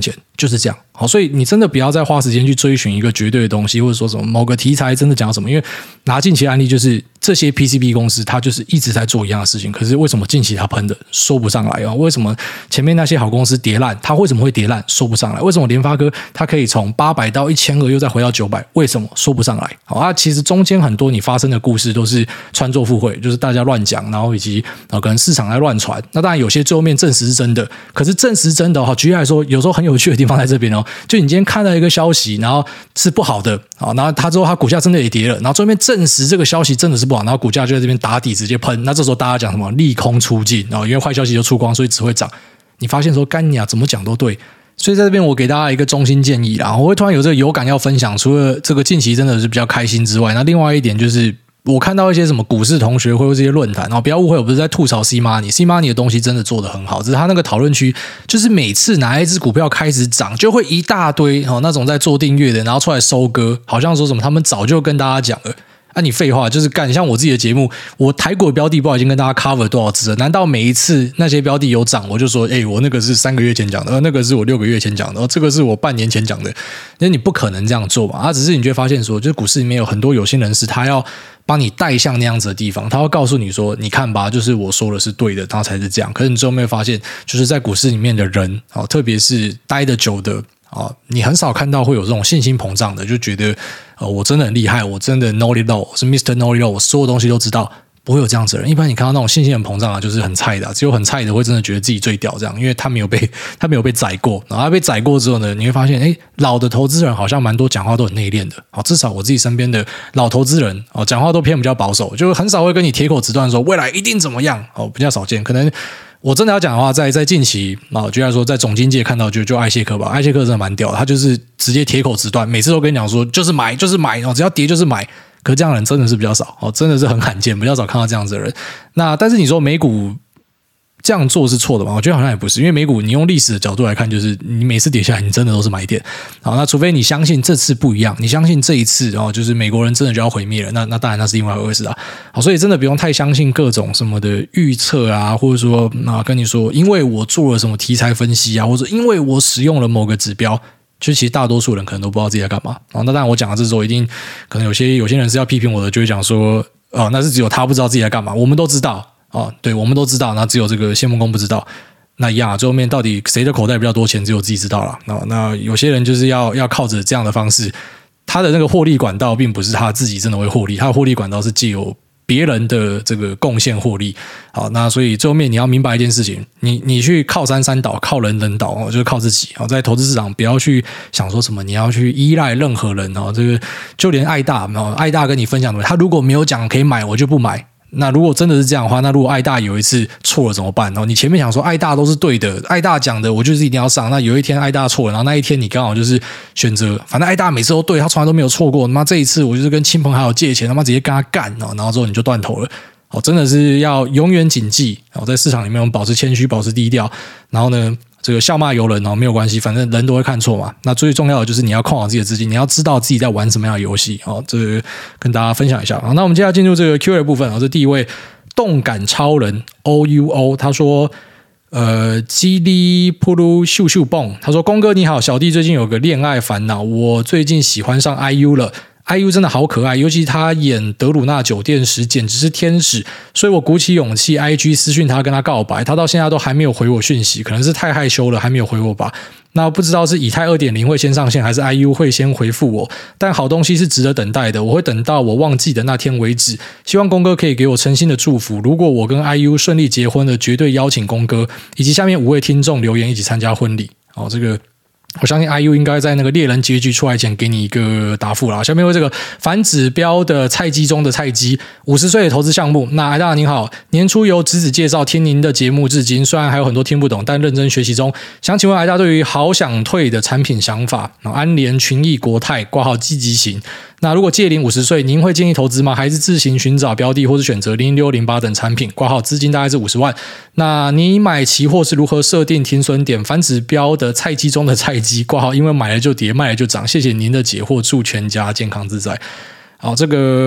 就是这样。好，所以你真的不要再花时间去追寻一个绝对的东西，或者说什么某个题材真的讲什么，因为拿近期的案例就是这些 PCB 公司它就是一直在做一样的事情，可是为什么近期它喷的说不上来啊？为什么前面那些好公司跌烂，它为什么会跌烂说不上来？为什么联发科它可以从800到1200又再回到900，为什么说不上来？好啊，其实中间很多你发生的故事都是穿凿附会，就是大家乱讲，然后以及可能市场在乱传。那当然有些最后面证实是真的，可是证实真的举例来说，有时候很有趣的地方在这边哦。就你今天看到一个消息，然后是不好的，然后它之后它股价真的也跌了，然后最后面证实这个消息真的是不好，然后股价就在这边打底直接喷。那这时候大家讲什么利空出尽，然后因为坏消息就出光，所以只会涨。你发现说干你啊，怎么讲都对。所以在这边我给大家一个中心建议啦，我会突然有这个有感要分享，除了这个近期真的是比较开心之外，那另外一点就是我看到一些什么股市同学会或这些论坛，不要误会，我不是在吐槽 C Money 的东西真的做得很好，只是他那个讨论区就是每次哪一只股票开始涨，就会一大堆那种在做订阅的，然后出来收割，好像说什么他们早就跟大家讲了。你废话，就是干像我自己的节目，我台股的标的不好已经跟大家 cover 多少次了？难道每一次那些标的有涨，我就说，我那个是3个月前讲的，那个是我6个月前讲的，这个是我半年前讲的？因为你不可能这样做嘛。只是你就会发现说，就是股市里面有很多有心人士，他要帮你带向那样子的地方，他会告诉你说，你看吧，就是我说的是对的，他才是这样。可是你最后没有发现，就是在股市里面的人，特别是待得久的。你很少看到会有这种信心膨胀的，就觉得我真的很厉害，我真的 know it all， 我是 Mr. know it all， 我所有东西都知道，不会有这样子的人。一般你看到那种信心很膨胀就是很菜的，只有很菜的会真的觉得自己最屌这样，因为他没有被宰过，然后他被宰过之后呢，你会发现老的投资人好像蛮多讲话都很内敛的，至少我自己身边的老投资人讲话都偏比较保守，就很少会跟你铁口直断说未来一定怎么样，比较少见。可能我真的要讲的话，在近期举例来说，在总经界看到就艾谢克吧，艾谢克真的蛮屌的，他就是直接铁口直断，每次都跟你讲说就是买就是买，只要跌就是买。可是这样的人真的是比较少，真的是很罕见，比较少看到这样子的人。那但是你说美股这样做是错的吗？我觉得好像也不是，因为美股你用历史的角度来看，就是你每次跌下来，你真的都是买点。好，那除非你相信这次不一样，你相信这一次就是美国人真的就要毁灭了，那当然那是另外一回事啊。好，所以真的不用太相信各种什么的预测啊，或者说跟你说，因为我做了什么题材分析啊，或者因为我使用了某个指标。就其实大多数人可能都不知道自己在干嘛。那当然我讲的这时候一定可能有些人是要批评我的，就会讲说那是只有他不知道自己在干嘛，我们都知道对，我们都知道，那只有这个谢孟恭不知道。那一样最后面到底谁的口袋比较多钱，只有自己知道了。那有些人就是要靠着这样的方式，他的那个获利管道并不是他自己真的会获利，他的获利管道是藉由别人的这个贡献获利。好，那所以最后面你要明白一件事情，你去靠山山倒，靠人人倒，就是靠自己。在投资市场不要去想说什么你要去依赖任何人，这个就连爱大跟你分享的，他如果没有讲可以买，我就不买。那如果真的是这样的话，那如果爱大有一次错了怎么办？你前面想说爱大都是对的，爱大讲的我就是一定要上，那有一天爱大错了，然后那一天你刚好就是选择，反正爱大每次都对，他从来都没有错过，他妈这一次我就是跟亲朋好友借钱，他妈直接跟他干，然后之后你就断头了。真的是要永远谨记，在市场里面我们保持谦虚，保持低调，然后呢这个笑骂由人没有关系，反正人都会看错嘛。那最重要的就是你要控好自己的资金，你要知道自己在玩什么样的游戏。这个跟大家分享一下。那我们接下来进入这个 Q&A 部分。这第一位动感超人 OUO， 他说叽里噗噜咻咻蹦，他说公哥你好，小弟最近有个恋爱烦恼，我最近喜欢上 IU 了。IU 真的好可爱，尤其他演德鲁纳酒店时简直是天使，所以我鼓起勇气 IG 私讯他跟他告白，他到现在都还没有回我讯息，可能是太害羞了还没有回我吧。那不知道是以太 2.0 会先上线，还是 IU 会先回复我，但好东西是值得等待的，我会等到我忘记的那天为止。希望公哥可以给我诚心的祝福，如果我跟 IU 顺利结婚了，绝对邀请公哥以及下面5位听众留言一起参加婚礼。这个我相信 IU 应该在那个猎人结局出来前给你一个答复啦。下面为这个反指标的菜鸡中的菜鸡，50岁的投资项目。那艾大您好，年初由侄子介绍听您的节目至今，虽然还有很多听不懂，但认真学习中。想请问艾大对于好想退的产品想法，安联、群益、国泰挂号积极型。那如果届龄50岁，您会建议投资吗？还是自行寻找标的，或是选择006、08等产品？挂号资金大概是50万。那你买期货是如何设定停损点？反指标的菜鸡中的菜鸡，挂号因为买了就跌，卖了就涨。谢谢您的解惑，祝全家健康自在。好，这个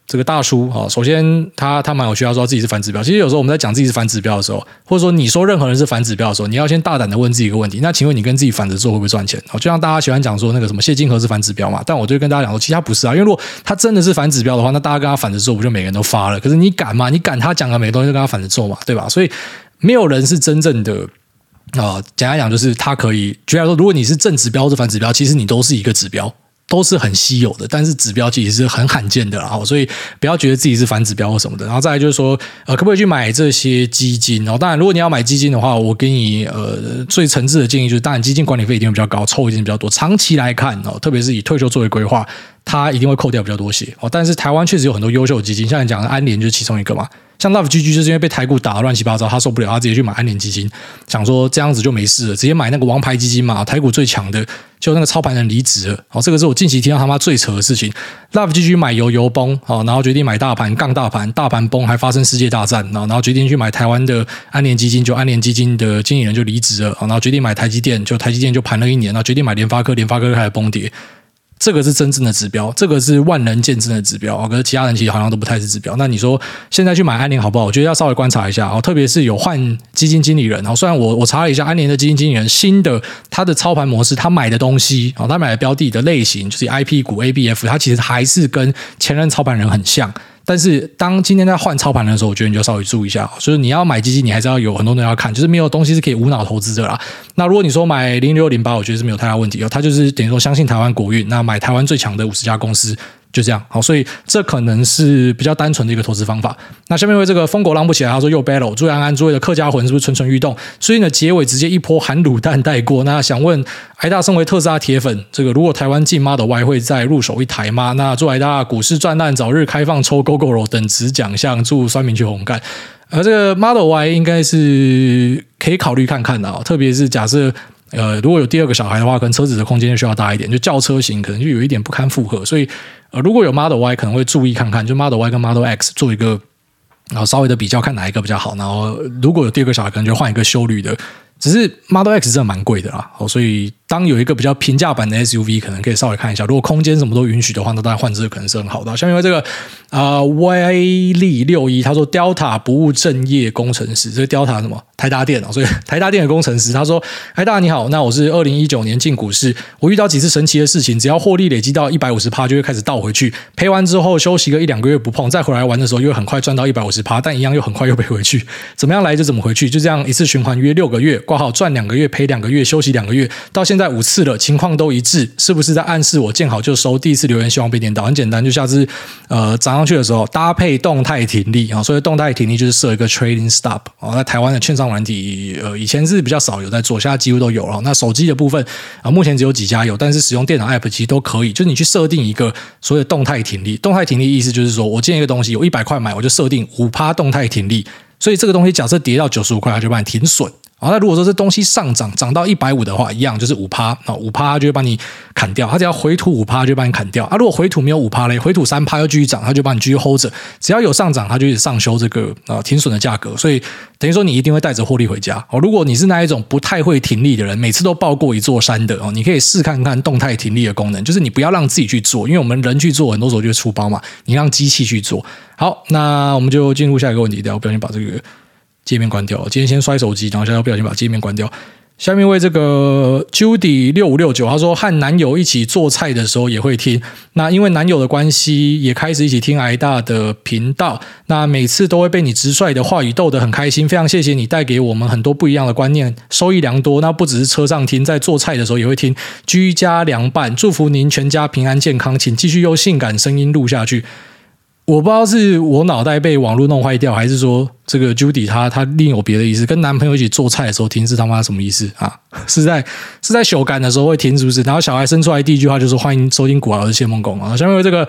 这个大叔首先他蛮有趣，他说自己是反指标。其实有时候我们在讲自己是反指标的时候，或者说你说任何人是反指标的时候，你要先大胆的问自己一个问题，那请问你跟自己反着做会不会赚钱？就像大家喜欢讲说那个什么谢金河是反指标嘛，但我就跟大家讲说其实他不是啊，因为如果他真的是反指标的话，那大家跟他反着做不就每个人都发了？可是你敢吗？你敢他讲的每个东西都跟他反着做嘛，对吧？所以没有人是真正的简单讲就是他可以举例来说，如果你是正指标或是反指标，其实你都是一个指标，都是很稀有的，但是指标其实是很罕见的啦，所以不要觉得自己是反指标或什么的。然后再来就是说可不可以去买这些基金？当然如果你要买基金的话，我给你最诚挚的建议就是，当然基金管理费一定会比较高，抽一定比较多，长期来看特别是以退休作为规划，它一定会扣掉比较多些但是台湾确实有很多优秀的基金，像你讲的安联就是其中一个嘛。像 LoveGG 就是因为被台股打得乱七八糟，他受不了，他直接去买安联基金，想说这样子就没事了，直接买那个王牌基金嘛，台股最强的，就那个操盘人离职了这个是我近期听到他妈最扯的事情。LoveGG 买油崩然后决定买大盘杠大盘，大盘崩还发生世界大战，然后决定去买台湾的安联基金，就安联基金的经理人就离职了，然后决定买台积电，就台积电就盘了1年，然后决定买联发科，联发科就开始崩跌。这个是真正的指标，这个是万人见证的指标可是其他人其实好像都不太是指标。那你说现在去买安联好不好？我觉得要稍微观察一下特别是有换基金经理人虽然我查了一下安联的基金经理人新的他的操盘模式，他买的东西他买的标的的类型就是 IP 股 ABF， 他其实还是跟前任操盘人很像。但是当今天在换操盘的时候，我觉得你就稍微注意一下，就是你要买基金，你还是要有很多东西要看，就是没有东西是可以无脑投资的啦。那如果你说买0608，我觉得是没有太大问题他就是等于说相信台湾国运，那买台湾最强的50家公司。就这样所以这可能是比较单纯的一个投资方法。那下面为这个疯狗浪不起来，他说又 battle 朱安安诸位的客家魂是不是蠢蠢欲动？所以呢结尾直接一波含卤蛋带过。那想问挨大身为特斯拉铁粉，这个如果台湾进 Model Y 会再入手一台吗？那祝挨大股市赚烂，早日开放抽 Gogoro 等值奖项，祝酸民去红干。这个 Model Y 应该是可以考虑看看的特别是假设如果有第二个小孩的话，可能车子的空间就需要大一点，就轿车型可能就有一点不堪负荷，所以如果有 Model Y 可能会注意看看，就 Model Y 跟 Model X 做一个稍微的比较，看哪一个比较好。然后如果有第二个小孩，可能就换一个休旅的。只是 Model X 真的蛮贵的啦所以当有一个比较平价版的 SUV 可能可以稍微看一下，如果空间什么都允许的话，那当然换这个可能是很好的。下面这个威力61他说 Delta 不务正业工程师，这个 Delta 什么台达电所以台达电的工程师他说哎大你好，那我是2019年进股市，我遇到几次神奇的事情，只要获利累积到 150% 就会开始倒回去，赔完之后休息个1-2个月不碰，再回来玩的时候又很快赚到 150%， 但一样又很快又赔回去，怎么样来就怎么回去，就这样一次循环约6个月，挂号赚2个月赔2个月休息2个月，到现在5次了，情况都一致，是不是在暗示我见好就收？第一次留言希望被念到，很简单，就下次涨上去的时候搭配动态停利所以动态停利就是设一个 trading stop那台湾的券商软体以前是比较少有在做，现在几乎都有了。那手机的部分目前只有几家有，但是使用电脑 app 其实都可以，就是你去设定一个所谓的动态停利。动态停利意思就是说我建一个东西有100块买，我就设定 5% 动态停利，所以这个东西假设跌到95块，它就帮你停损那如果说这东西上涨到150的话，一样就是 5% 就会帮你砍掉，它只要回吐 5% 就会帮你砍掉如果回吐没有 5% 嘞，回吐 3% 又继续涨，它就帮你继续 hold 着，只要有上涨它就一直上修这个停损的价格，所以等于说你一定会带着获利回家如果你是那一种不太会停利的人，每次都抱过一座山的你可以试看看动态停利的功能，就是你不要让自己去做，因为我们人去做很多时候就会出包嘛，你让机器去做。好，那我们就进入下一个问题，我不小心把这个界面关掉，今天先摔手机，然后现在不小心把界面关掉。下面为这个 Judy 6569他说和男友一起做菜的时候也会听，那因为男友的关系也开始一起听挨大的频道，那每次都会被你直率的话语逗得很开心，非常谢谢你带给我们很多不一样的观念，收益良多。那不只是车上听，在做菜的时候也会听，居家凉拌，祝福您全家平安健康，请继续用性感声音录下去。我不知道是我脑袋被网络弄坏掉，还是说这个 Judy 她另有别的意思，跟男朋友一起做菜的时候听是他妈什么意思啊？是在修改的时候会听是不是？然后小孩生出来第一句话就是欢迎收听股癌，我是谢梦工下面有这个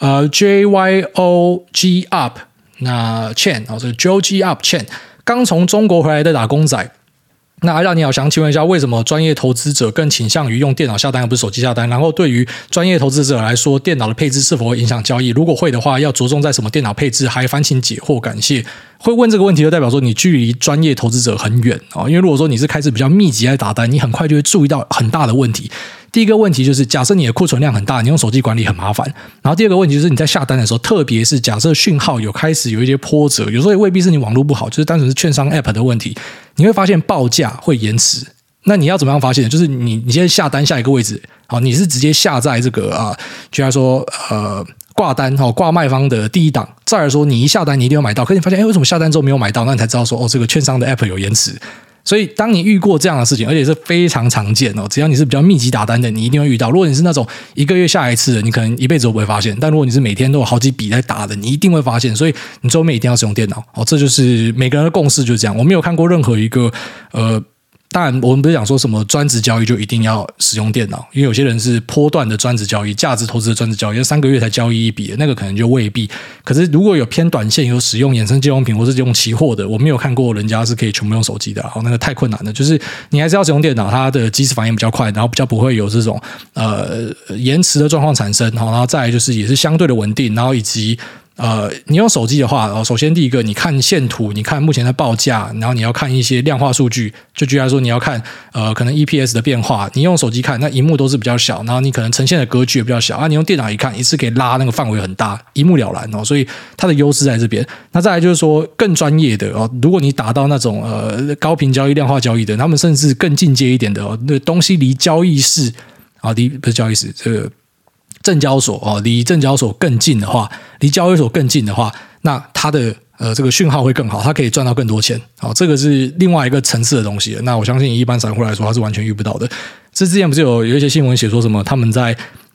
JYOG Up 那 Chen 这个 JOG Up Chen 刚从中国回来的打工仔。那挨大你好，想请问一下，为什么专业投资者更倾向于用电脑下单而不是手机下单？然后对于专业投资者来说，电脑的配置是否会影响交易？如果会的话，要着重在什么电脑配置？还烦请解惑，感谢。会问这个问题就代表说你距离专业投资者很远因为如果说你是开始比较密集在打单，你很快就会注意到很大的问题。 第一个问题就是假设你的库存量很大，你用手机管理很麻烦。然后第二个问题就是你在下单的时候，特别是假设讯号开始有一些波折，有时候也未必是你网络不好，就是单纯是券商 App 的问题，你会发现报价会延迟。那你要怎么样发现？就是你现在下单下一个位置，好，你是直接下在这个就来说挂单挂卖方的第一档，再来说你一下单你一定要买到，可是你发现为什么下单之后没有买到？那你才知道说这个券商的 App 有延迟。所以当你遇过这样的事情，而且是非常常见只要你是比较密集打单的，你一定会遇到。如果你是那种一个月下一次的，你可能一辈子都不会发现，但如果你是每天都有好几笔在打的，你一定会发现。所以你最后面一定要使用电脑这就是每个人的共识，就是这样。我没有看过任何一个当然我们不是讲说什么专职交易就一定要使用电脑，因为有些人是波段的专职交易，价值投资的专职交易，3个月才交易一笔的那个可能就未必。可是如果有偏短线有使用衍生金融品或是用期货的，我没有看过人家是可以全部用手机的，那个太困难了。就是你还是要使用电脑，它的即时反应比较快，然后比较不会有这种延迟的状况产生，然后再来就是也是相对的稳定，然后以及你用手机的话，首先第一个，你看线图，你看目前的报价，然后你要看一些量化数据，就举例来说，你要看可能 EPS 的变化，你用手机看，那萤幕都是比较小，然后你可能呈现的格局也比较小你用电脑一看，一次可以拉那个范围很大，一目了然所以它的优势在这边。那再来就是说更专业的如果你打到那种高频交易、量化交易的，他们甚至更进阶一点的那东西离交易室不是交易室，这个证交所离证交所更近的话，离交易所更近的话，那它的这个讯号会更好，它可以赚到更多钱这个是另外一个层次的东西了。那我相信以一般散户来说，它是完全遇不到的。之前不是有一些新闻写说什么他们在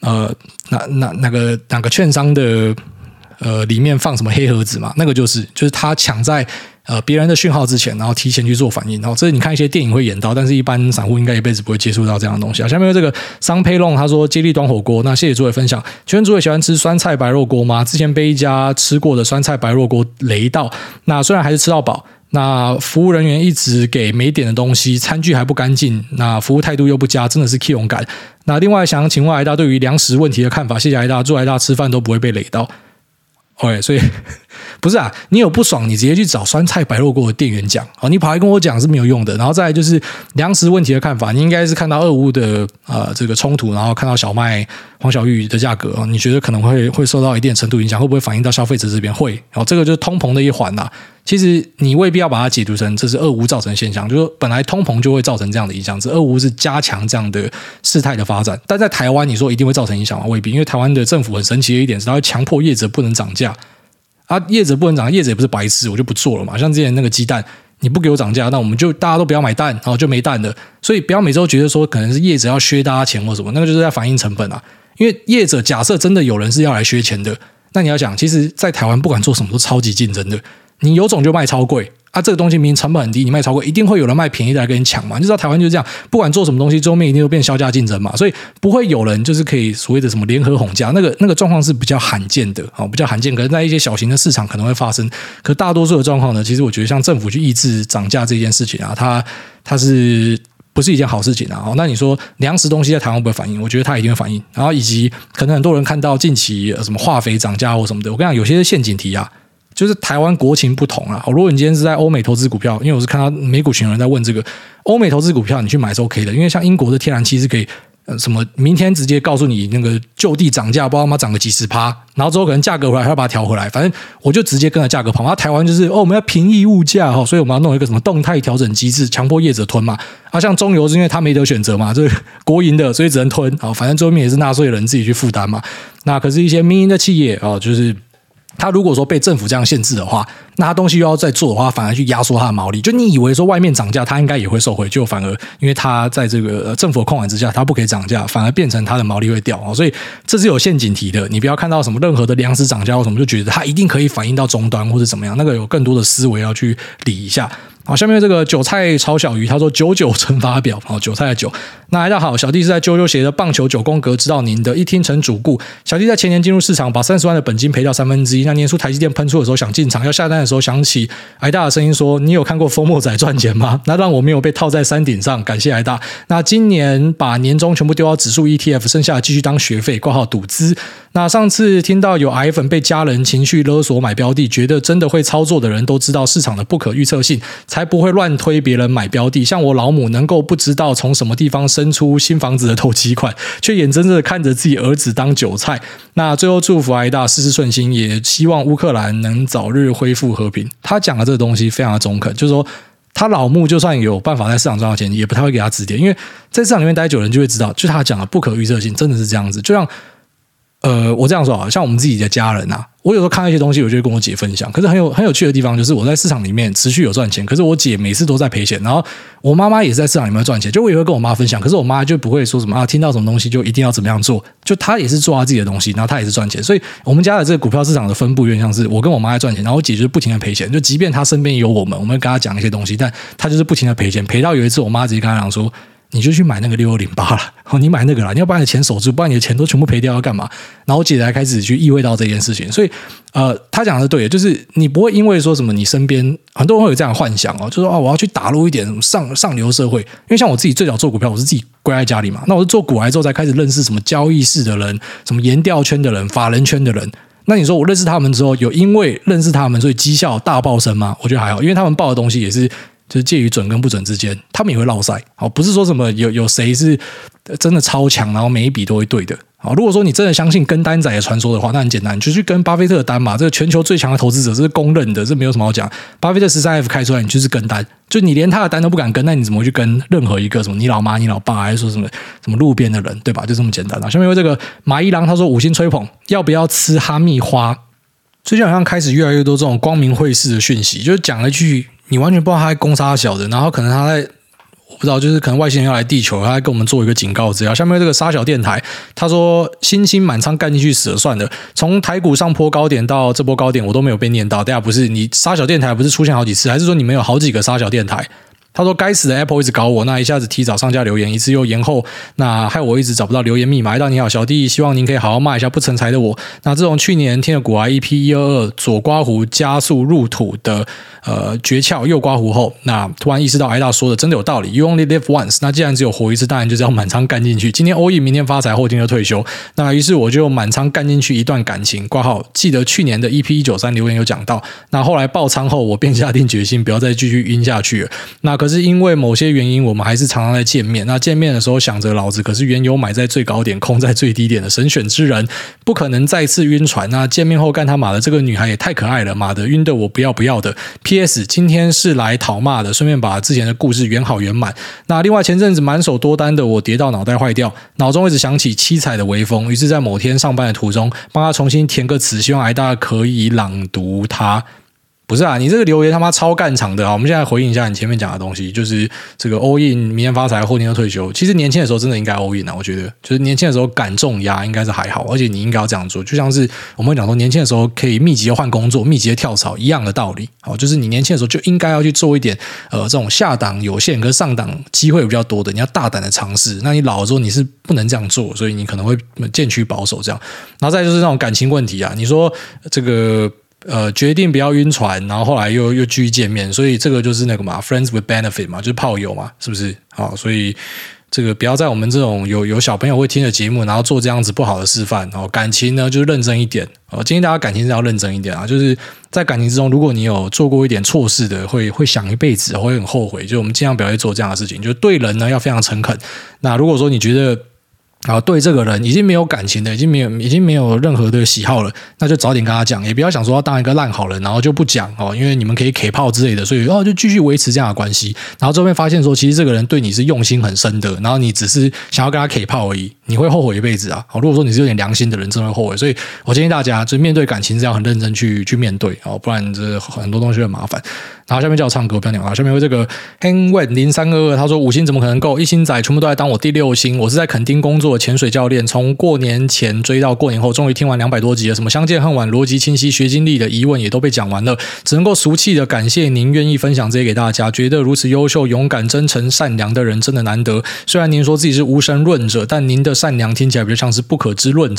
哪个券商的里面放什么黑盒子嘛？那个就是他抢在别人的讯号之前，然后提前去做反应。然后这你看一些电影会演到，但是一般散户应该一辈子不会接触到这样的东西下面有这个桑佩龙，他说接力端火锅，那谢谢诸位分享。请问诸位喜欢吃酸菜白肉锅吗？之前被一家吃过的酸菜白肉锅雷到，那虽然还是吃到饱，那服务人员一直给没点的东西，餐具还不干净，那服务态度又不佳，真的是 K 勇感。那另外想请问艾大对于粮食问题的看法，谢谢艾大，祝艾大吃饭都不会被雷到。OK， 所以不是你有不爽，你直接去找酸菜白肉锅的店员讲你跑来跟我讲是没有用的。然后再来就是粮食问题的看法，你应该是看到俄乌的这个冲突，然后看到小麦、黄小玉的价格你觉得可能会受到一定程度影响，会不会反映到消费者这边？会这个就是通膨的一环其实你未必要把它解读成这是俄乌造成的现象，就是本来通膨就会造成这样的影响，俄乌是加强这样的事态的发展。但在台湾你说一定会造成影响吗？未必，因为台湾的政府很神奇的一点是它会强迫业者不能涨价业者不能涨，业者也不是白痴，我就不做了嘛。像之前那个鸡蛋你不给我涨价，那我们就大家都不要买蛋就没蛋了。所以不要每周觉得说可能是业者要削大家钱或什么，那个就是在反映成本因为业者假设真的有人是要来削钱的，那你要想其实在台湾不管做什么都超级竞争的，你有种就卖超贵这个东西明明成本很低，你卖超贵，一定会有人卖便宜的来跟你抢嘛。你知道台湾就是这样，不管做什么东西，最后面一定都变销价竞争嘛，所以不会有人就是可以所谓的什么联合哄价，那个状况是比较罕见的比较罕见，可能在一些小型的市场可能会发生，可大多数的状况呢，其实我觉得像政府去抑制涨价这件事情它是不是一件好事情那你说粮食东西在台湾会不会反应？我觉得它一定会反应。然后以及可能很多人看到近期什么化肥涨价或什么的，我跟你讲有些是陷阱题就是台湾国情不同如果你今天是在欧美投资股票，因为我是看到美股群有人在问这个，欧美投资股票你去买是 OK 的，因为像英国的天然气是可以什么明天直接告诉你那个就地涨价，不知道涨个几10%，然后之后可能价格回来还要把它调回来，反正我就直接跟着价格跑。台湾就是我们要平抑物价所以我们要弄一个什么动态调整机制，强迫业者吞嘛像中油是因为他没得选择嘛，这国营的所以只能吞反正最后面也是纳税人自己去负担嘛。那可是一些民营的企业就是他如果说被政府这样限制的话，那他东西又要再做的话，反而去压缩他的毛利。就你以为说外面涨价他应该也会受惠，就反而因为他在这个政府的控管之下他不可以涨价，反而变成他的毛利会掉所以这是有陷阱题的。你不要看到什么任何的粮食涨价或什么就觉得它一定可以反映到终端或者怎么样，那个有更多的思维要去理一下。下面这个韭菜炒小鱼他说99乘法表韭菜的9。那大家好，小弟是在啾啾写的棒球9宫格知道您的，一听成主顾。小弟在前年进入市场，把30万的本金赔掉1/3。那年初台积电喷出的时候想进场，要下单的时候想起挨大的声音说，你有看过疯魔仔赚钱吗？那让我没有被套在山顶上，感谢挨大。那今年把年终全部丢到指数 ETF， 剩下的继续当学费，挂号赌资。那上次听到有癌粉被家人情绪勒索买标的，觉得真的会操作的人都知道市场的不可预测性， 才不会乱推别人买标的。像我老母能够不知道从什么地方生出新房子的头期款，却眼睁睁的看着自己儿子当韭菜。那最后祝福挨大事事顺心，也希望乌克兰能早日恢复和平。他讲的这个东西非常的中肯，就是说他老木就算有办法在市场赚到钱，也不太会给他指点，因为在市场里面待久了人就会知道，就他讲的不可预测性真的是这样子。就像我这样说啊，像我们自己的家人啊，我有时候看到一些东西，我就会跟我姐分享。可是很有趣的地方就是，我在市场里面持续有赚钱，可是我姐每次都在赔钱。然后我妈妈也是在市场里面赚钱，就我也会跟我妈分享。可是我妈就不会说什么啊，听到什么东西就一定要怎么样做，就她也是做她自己的东西，然后她也是赚钱。所以我们家的这个股票市场的分布有点像是我跟我妈在赚钱，然后我姐就是不停的赔钱。就即便她身边有我们跟她讲一些东西，但她就是不停的赔钱，赔到有一次我妈直接跟她讲说，你就去买那个6208了，你买那个啦，你要把你的钱守住，不然你的钱都全部赔掉要干嘛？然后我姐才开始去意会到这件事情，所以他讲的对的，就是你不会因为说什么你身边很多人会有这样的幻想哦，就说我要去打入一点上流社会，因为像我自己最早做股票，我是自己归在家里嘛，那我是做股癌之后才开始认识什么交易室的人，什么研调圈的人，法人圈的人。那你说我认识他们之后，有因为认识他们所以绩效大爆升吗？我觉得还好，因为他们报的东西也是就是介于准跟不准之间，他们也会落赛。好，不是说什么有谁是真的超强，然后每一笔都会对的。好，如果说你真的相信跟单仔的传说的话，那很简单，你就去跟巴菲特的单嘛。这个全球最强的投资者，这是公认的，这没有什么好讲。巴菲特13F 开出来，你就是跟单，就你连他的单都不敢跟，那你怎么会去跟任何一个什么你老妈、你老爸，还是说什么路边的人，对吧？就这么简单啊。下面有这个马一郎，他说五星吹捧，要不要吃哈密花？最近好像开始越来越多这种光明会式的讯息，就是讲了一句你完全不知道他在攻杀小的，然后可能他在我不知道，就是可能外星人要来地球，他在跟我们做一个警告资料。下面这个沙小电台，他说新兴满仓干进去死了算了，从台股上波高点到这波高点我都没有被念到。大家不是你沙小电台不是出现好几次，还是说你们有好几个沙小电台？他说该死的 Apple 一直搞我，那一下子提早上架留言，一次又延后，那害我一直找不到留言密码。挨大你好小弟，希望您可以好好骂一下不成才的我。那这种去年听了股癌 EP122 左刮胡加速入土的诀窍右刮胡后，那突然意识到挨大说的真的有道理， You only live once， 那既然只有活一次，当然就是要满仓干进去，今天 all in， 明天发财，后天就退休。那于是我就满仓干进去一段感情，括号记得去年的 EP193 留言有讲到，那后来爆仓后我便下定决心不要再继续晕下去了。那可是因为某些原因我们还是常常在见面，那见面的时候想着老子可是原有买在最高点空在最低点的神选之人，不可能再次晕船。那见面后干他妈的这个女孩也太可爱了，妈的晕的我不要的。 PS 今天是来讨骂的，顺便把之前的故事圆好圆满。那另外前阵子满手多单的我跌到脑袋坏掉，脑中一直想起七彩的微风，于是在某天上班的途中帮他重新填个词，希望挨大可以朗读它。不是啊，你这个留言他妈超干长的啊！我们现在回应一下你前面讲的东西，就是这个 all in， 明天发财，后天就退休。其实年轻的时候真的应该 all in 啊，我觉得就是年轻的时候敢重压应该是还好，而且你应该要这样做。就像是我们讲说年轻的时候可以密集的换工作、密集的跳槽一样的道理。好，就是你年轻的时候就应该要去做一点这种下档有限跟上档机会比较多的，你要大胆的尝试。那你老了之后你是不能这样做，所以你可能会渐趋保守这样。然后再就是那种感情问题啊，你说这个。决定不要晕船，然后后来又继续见面，所以这个就是那个嘛 ，friends with benefit 嘛，就是炮友嘛，是不是？好，所以这个不要在我们这种有小朋友会听的节目，然后做这样子不好的示范。感情呢，就是认真一点。建议大家感情是要认真一点啊，就是在感情之中，如果你有做过一点错事的，会想一辈子，会很后悔。就我们尽量不要去做这样的事情，就对人呢要非常诚恳。那如果说你觉得对这个人已经没有感情了，已经没有任何的喜好了，那就早点跟他讲，也不要想说要当一个烂好人，然后就不讲因为你们可以 K 炮之类的，所以就继续维持这样的关系，然后最后面发现说其实这个人对你是用心很深的，然后你只是想要跟他 K 炮而已，你会后悔一辈子啊！如果说你是有点良心的人，真的会后悔，所以我建议大家就面对感情是要很认真去面对不然这很多东西会麻烦。然后下面叫我唱歌，不要鸟他。下面有这个 Hangwen0322， 他说5星怎么可能够？一星仔全部都来当我第6星。我是在垦丁工作的潜水教练，从过年前追到过年后，终于听完200多集了。什么相见恨晚、逻辑清晰、学经历的疑问也都被讲完了，只能够俗气的感谢您愿意分享这些给大家。觉得如此优秀、勇敢、真诚、善良的人真的难得。虽然您说自己是无神论者，但您的善良听起来比较像是不可知论者。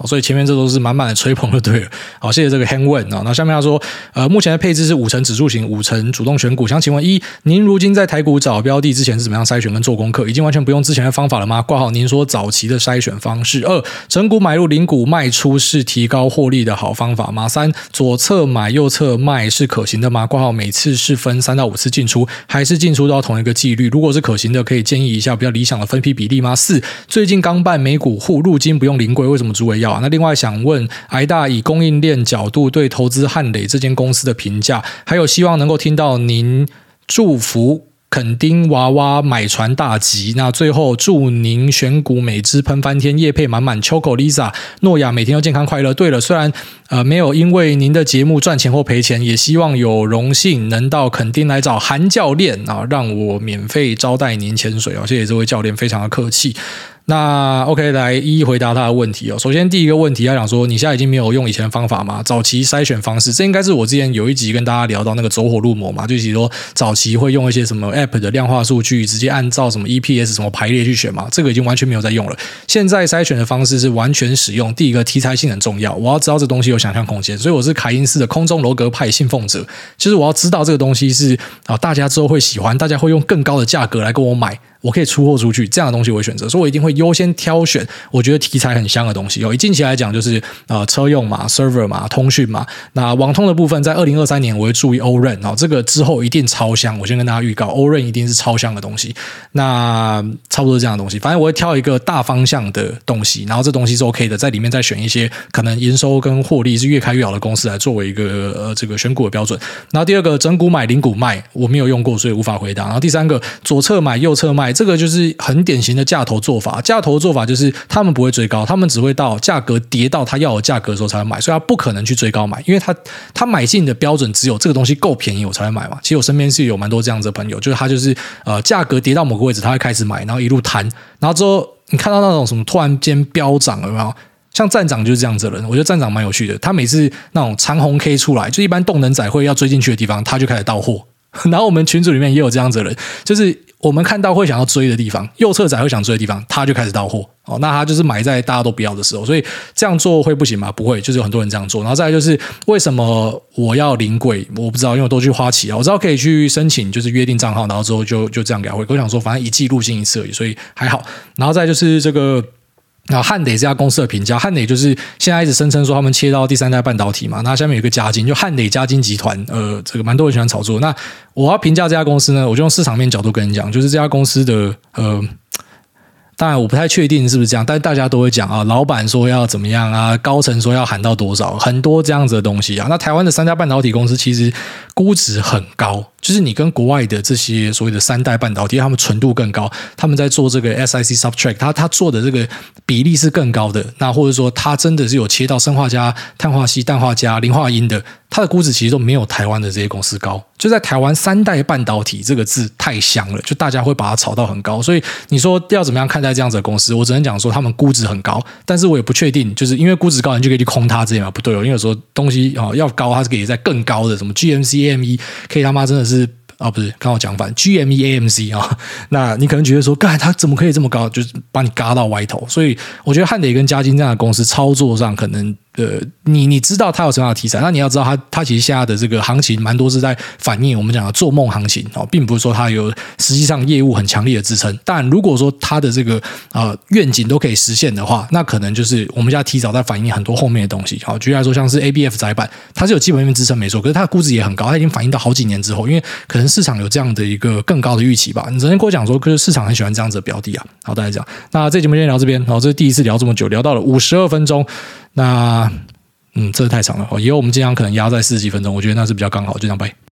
所以前面这都是满满的吹捧就对了。好，谢谢这个 Hangwen 啊。那下面他说，目前的配置是5成指数型，5成主动选股。想请问一，您如今在台股找标的之前是怎么样筛选跟做功课？已经完全不用之前的方法了吗？挂号您说早期的筛选方式。2，整股买入零股卖出是提高获利的好方法吗？3，左侧买右侧卖是可行的吗？挂号每次是分3到5次进出，还是进出都要同一个纪律？如果是可行的，可以建议一下比较理想的分批比例吗？4，最近刚办美股户入金不用临柜，为什么诸位要啊？那另外想问挨大以供应链角度对投资汉磊这间公司的评价，还有希望能够听到您祝福垦丁娃娃买船大吉。那最后祝您选股每支喷翻天，业配满满，秋口 Lisa 诺亚每天都健康快乐。对了，虽然没有因为您的节目赚钱或赔钱，也希望有荣幸能到垦丁来找韩教练啊，让我免费招待您潜水哦。谢谢这位教练，非常的客气。那 OK， 来一一回答他的问题哦。首先第一个问题，他讲说你现在已经没有用以前的方法吗？早期筛选方式，这应该是我之前有一集跟大家聊到那个走火入魔嘛，就是说早期会用一些什么 App 的量化数据，直接按照什么 EPS 什么排列去选嘛，这个已经完全没有在用了。现在筛选的方式是完全使用第一个题材性很重要，我要知道这东西有想象空间，所以我是凯因斯的空中楼阁派信奉者，就是我要知道这个东西是大家之后会喜欢，大家会用更高的价格来跟我买，我可以出货出去，这样的东西我会选择，所以我一定会优先挑选我觉得题材很香的东西。以近期来讲，就是车用嘛、server 嘛、通讯嘛。那网通的部分，在2023年我会注意 ORAN 这个之后一定超香。我先跟大家预告 ，ORAN 一定是超香的东西。那差不多是这样的东西，反正我会挑一个大方向的东西，然后这东西是 OK 的，在里面再选一些可能营收跟获利是越开越好的公司来作为一个这个选股的标准。然后第二个整股买零股卖，我没有用过，所以无法回答。然后第三个左侧买右侧卖。这个就是很典型的价投做法，价投做法就是他们不会追高，他们只会到价格跌到他要的价格的时候才会买，所以他不可能去追高买，因为他买进的标准只有这个东西够便宜我才会买嘛。其实我身边是有蛮多这样子的朋友，就是他就是价格跌到某个位置他会开始买，然后一路摊，然后之后你看到那种什么突然间飙涨有没有？像站长就是这样子的人，我觉得站长蛮有趣的，他每次那种长红 K 出来，就一般动能仔会要追进去的地方，他就开始到货。然后我们群组里面也有这样子的人，就是我们看到会想要追的地方，右侧仔会想追的地方，他就开始到货。那他就是买在大家都不要的时候，所以这样做会不行吗？不会，就是有很多人这样做。然后再来就是为什么我要临柜，我不知道，因为我都去花旗啊，我知道可以去申请，就是约定账号，然后之后就这样给他汇。我想说，反正一季入金一次而已，所以还好。然后再就是这个。汉磊这家公司的评价，汉磊就是现在一直声称说他们切到第三代半导体嘛，那下面有一个嘉金，就汉磊嘉金集团，这个蛮多人喜欢炒作。那我要评价这家公司呢，我就用市场面角度跟你讲，就是这家公司的当然我不太确定是不是这样，但大家都会讲啊，老板说要怎么样啊，高层说要喊到多少，很多这样子的东西啊。那台湾的三家半导体公司其实估值很高，就是你跟国外的这些所谓的三代半导体，他们纯度更高，他们在做这个 SiC substrate， 他做的这个比例是更高的，那或者说他真的是有切到砷化镓、碳化硒、氮化镓、磷化铟的，它的估值其实都没有台湾的这些公司高。就在台湾三代半导体这个字太香了，就大家会把它炒到很高，所以你说要怎么样看待这样子的公司，我只能讲说他们估值很高，但是我也不确定就是因为估值高你就可以去空它这样嘛，不对因为有时候东西要高它是可以在更高的，什么 GMC、AME 可以他妈真的是不是刚好讲反 GME、AMC 那你可能觉得说干它怎么可以这么高，就是把你嘎到歪头。所以我觉得汉磊跟嘉金这样的公司操作上可能你知道它有什么样的题材，那你要知道它其实现在的这个行情蛮多是在反映我们讲的做梦行情并不是说它有实际上业务很强力的支撑。但如果说它的这个愿景都可以实现的话，那可能就是我们现在提早在反映很多后面的东西。举例来说，像是 ABF 载板，它是有基本面支撑没错，可是它的估值也很高，它已经反映到好几年之后，因为可能市场有这样的一个更高的预期吧。你昨天跟我讲说，就是市场很喜欢这样子的标的啊。好，大家讲，那这节目先聊这边，这是第一次聊这么久，聊到了52分钟。那这太长了，以后我们尽量可能压在40几分钟，我觉得那是比较刚好，就这样拜。